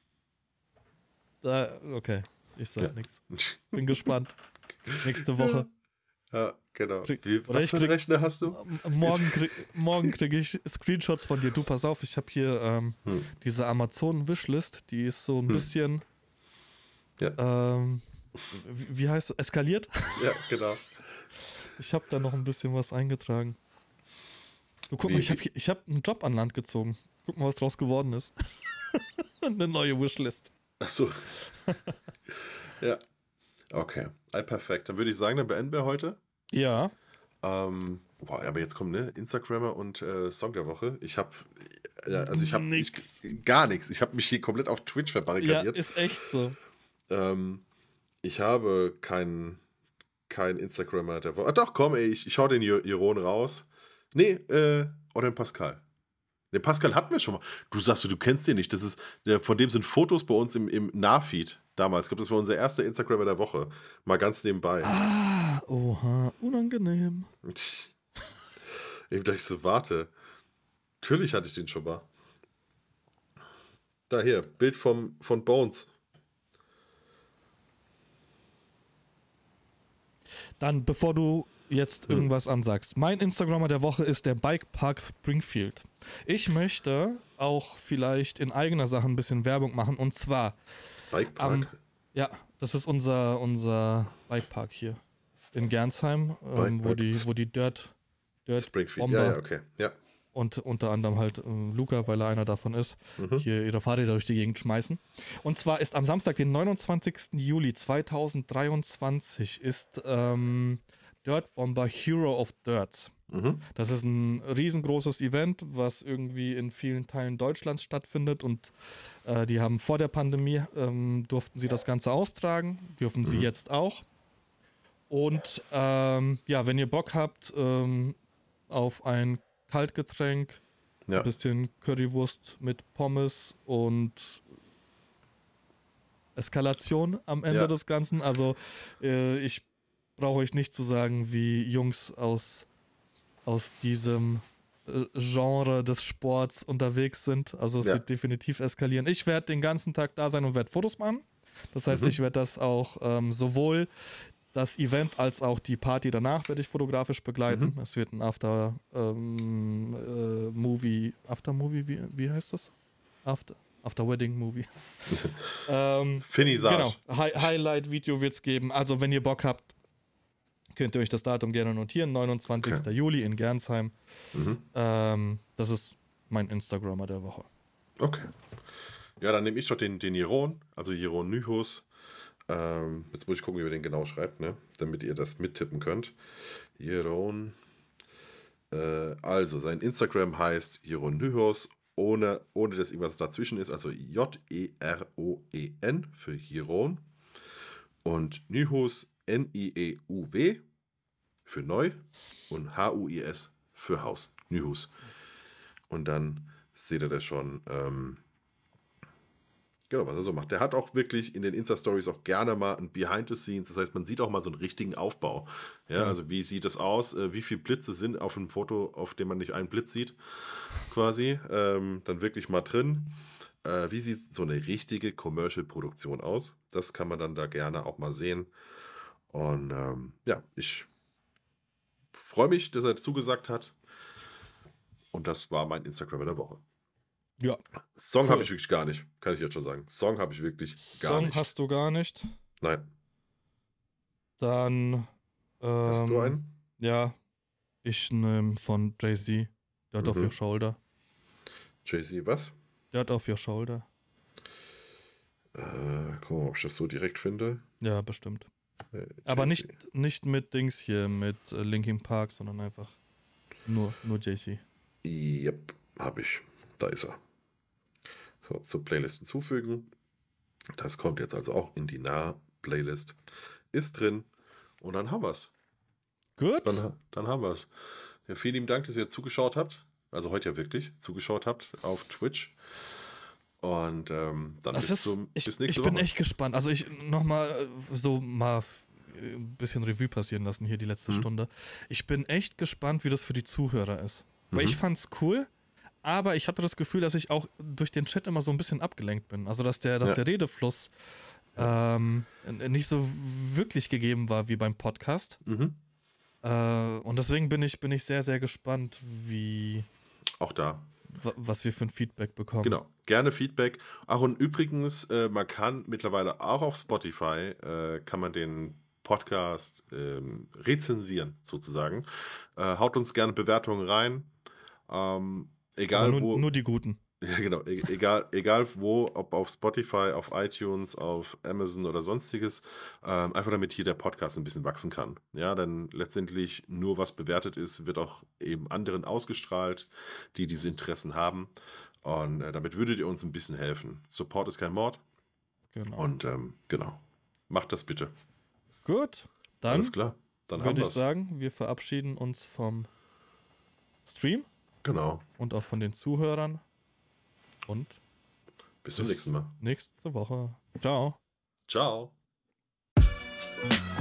Okay, ich sage nichts. Bin gespannt. Nächste Woche. Ja, genau. Was für einen Rechner hast du? Morgen kriege ich Screenshots von dir. Du, pass auf, ich habe hier diese Amazon-Wishlist, die ist so ein bisschen, wie heißt es, eskaliert? Ja, genau. Ich habe da noch ein bisschen was eingetragen. Du, guck mal, ich hab einen Job an Land gezogen. Guck mal, was draus geworden ist. Eine neue Wishlist. Ach so. Ja. Okay. Perfekt. Dann würde ich sagen, dann beenden wir heute. Ja. Aber jetzt kommen Instagrammer und Song der Woche. Ich habe gar nichts. Ich habe mich hier komplett auf Twitch verbarrikadiert. Ja, ist echt so. Ich habe keinen Instagrammer der Woche. Doch, komm, ey, ich hau den Jeroen raus. Nee, oder den Pascal. Den Pascal hatten wir schon mal. Du sagst, du kennst den nicht. Von dem sind Fotos bei uns im Nahfeed damals. Ich glaube, das war unser erster Instagrammer der Woche. Mal ganz nebenbei. Oha, unangenehm. Eben dachte ich so, warte. Natürlich hatte ich den schon mal. Da hier, Bild von Bones. Dann, bevor du jetzt irgendwas ansagst. Mein Instagrammer der Woche ist der Bikepark Springfield. Ich möchte auch vielleicht in eigener Sache ein bisschen Werbung machen und zwar Bikepark? Ja, das ist unser Bikepark hier in Gernsheim, wo die Dirt Springfield. Bomber Ja, okay. Ja. und unter anderem halt Luca, weil er einer davon ist, hier ihre Fahrräder durch die Gegend schmeißen. Und zwar ist am Samstag, den 29. Juli 2023, ist Dirt Bomber Hero of Dirts. Das ist ein riesengroßes Event, was irgendwie in vielen Teilen Deutschlands stattfindet und die haben vor der Pandemie, durften sie das Ganze austragen, dürfen sie jetzt auch. Und wenn ihr Bock habt auf ein Kaltgetränk, ein bisschen Currywurst mit Pommes und Eskalation am Ende des Ganzen. Also ich brauche euch nicht zu sagen, wie Jungs aus diesem Genre des Sports unterwegs sind. Also es wird definitiv eskalieren. Ich werde den ganzen Tag da sein und werde Fotos machen. Das heißt, ich werde das auch sowohl das Event als auch die Party danach werde ich fotografisch begleiten. Es wird ein After-Movie, wie heißt das? After-Wedding-Movie. Finissage. Genau, Highlight-Video wird es geben. Also wenn ihr Bock habt, könnt ihr euch das Datum gerne notieren. 29. Juli in Gernsheim. Das ist mein Instagrammer der Woche. Okay. Ja, dann nehme ich doch den Jeroen, also Jeroen Nyhus. Jetzt muss ich gucken, wie ihr den genau schreibt, ne? Damit ihr das mittippen könnt. Jeroen. Also, sein Instagram heißt Jeroen Nyhus, ohne dass irgendwas dazwischen ist. Also Jeroen für Jeroen. Und Nyhus, Nieuw für neu und Huis für Haus. Nyhus. Und dann seht ihr das schon. Genau, was er so macht. Der hat auch wirklich in den Insta-Stories auch gerne mal ein Behind the Scenes. Das heißt, man sieht auch mal so einen richtigen Aufbau. Ja, also wie sieht es aus? Wie viele Blitze sind auf einem Foto, auf dem man nicht einen Blitz sieht, quasi. Dann wirklich mal drin. Wie sieht so eine richtige Commercial-Produktion aus? Das kann man dann da gerne auch mal sehen. Und ja, ich freue mich, dass er zugesagt hat. Und das war mein Instagram der Woche. Ja. Song habe ich wirklich gar nicht, kann ich jetzt schon sagen. Song habe ich wirklich gar nicht. Song hast du gar nicht? Nein. Dann. Hast du einen? Ja, ich nehme von Jay-Z. Der hat Off Your Shoulder. Jay-Z, was? Der hat Off Your Shoulder. Guck mal, ob ich das so direkt finde. Ja, bestimmt. Aber nicht mit Dings hier, mit Linkin Park, sondern einfach nur Jay-Z. Yep, habe ich. Da ist er. So, zur Playlist hinzufügen. Das kommt jetzt also auch in die Nah-Playlist. Ist drin. Und dann haben wir es. Gut. Dann haben wir es. Ja, vielen lieben Dank, dass ihr zugeschaut habt. Also heute ja wirklich zugeschaut habt auf Twitch. Und dann bis nächste Woche. Ich bin echt gespannt. Also ich nochmal so mal ein bisschen Revue passieren lassen hier die letzte Stunde. Ich bin echt gespannt, wie das für die Zuhörer ist. Weil ich fand's cool, aber ich hatte das Gefühl, dass ich auch durch den Chat immer so ein bisschen abgelenkt bin. Also dass der Redefluss nicht so wirklich gegeben war wie beim Podcast. Und deswegen bin ich sehr, sehr gespannt, wie auch da was wir für ein Feedback bekommen. Genau, gerne Feedback. Ach, und übrigens, man kann mittlerweile auch auf Spotify, kann man den Podcast rezensieren, sozusagen. Haut uns gerne Bewertungen rein. Egal aber wo. Nur die guten. Ja, genau. Egal wo, ob auf Spotify, auf iTunes, auf Amazon oder sonstiges. Einfach damit hier der Podcast ein bisschen wachsen kann. Ja, denn letztendlich nur was bewertet ist, wird auch eben anderen ausgestrahlt, die diese Interessen haben. Und damit würdet ihr uns ein bisschen helfen. Support ist kein Mord. Genau. Und genau. Macht das bitte. Gut. Dann alles klar. Dann würde ich sagen, wir verabschieden uns vom Stream. Genau. Und auch von den Zuhörern. Und bis zum nächsten Mal. Nächste Woche. Ciao. Ciao.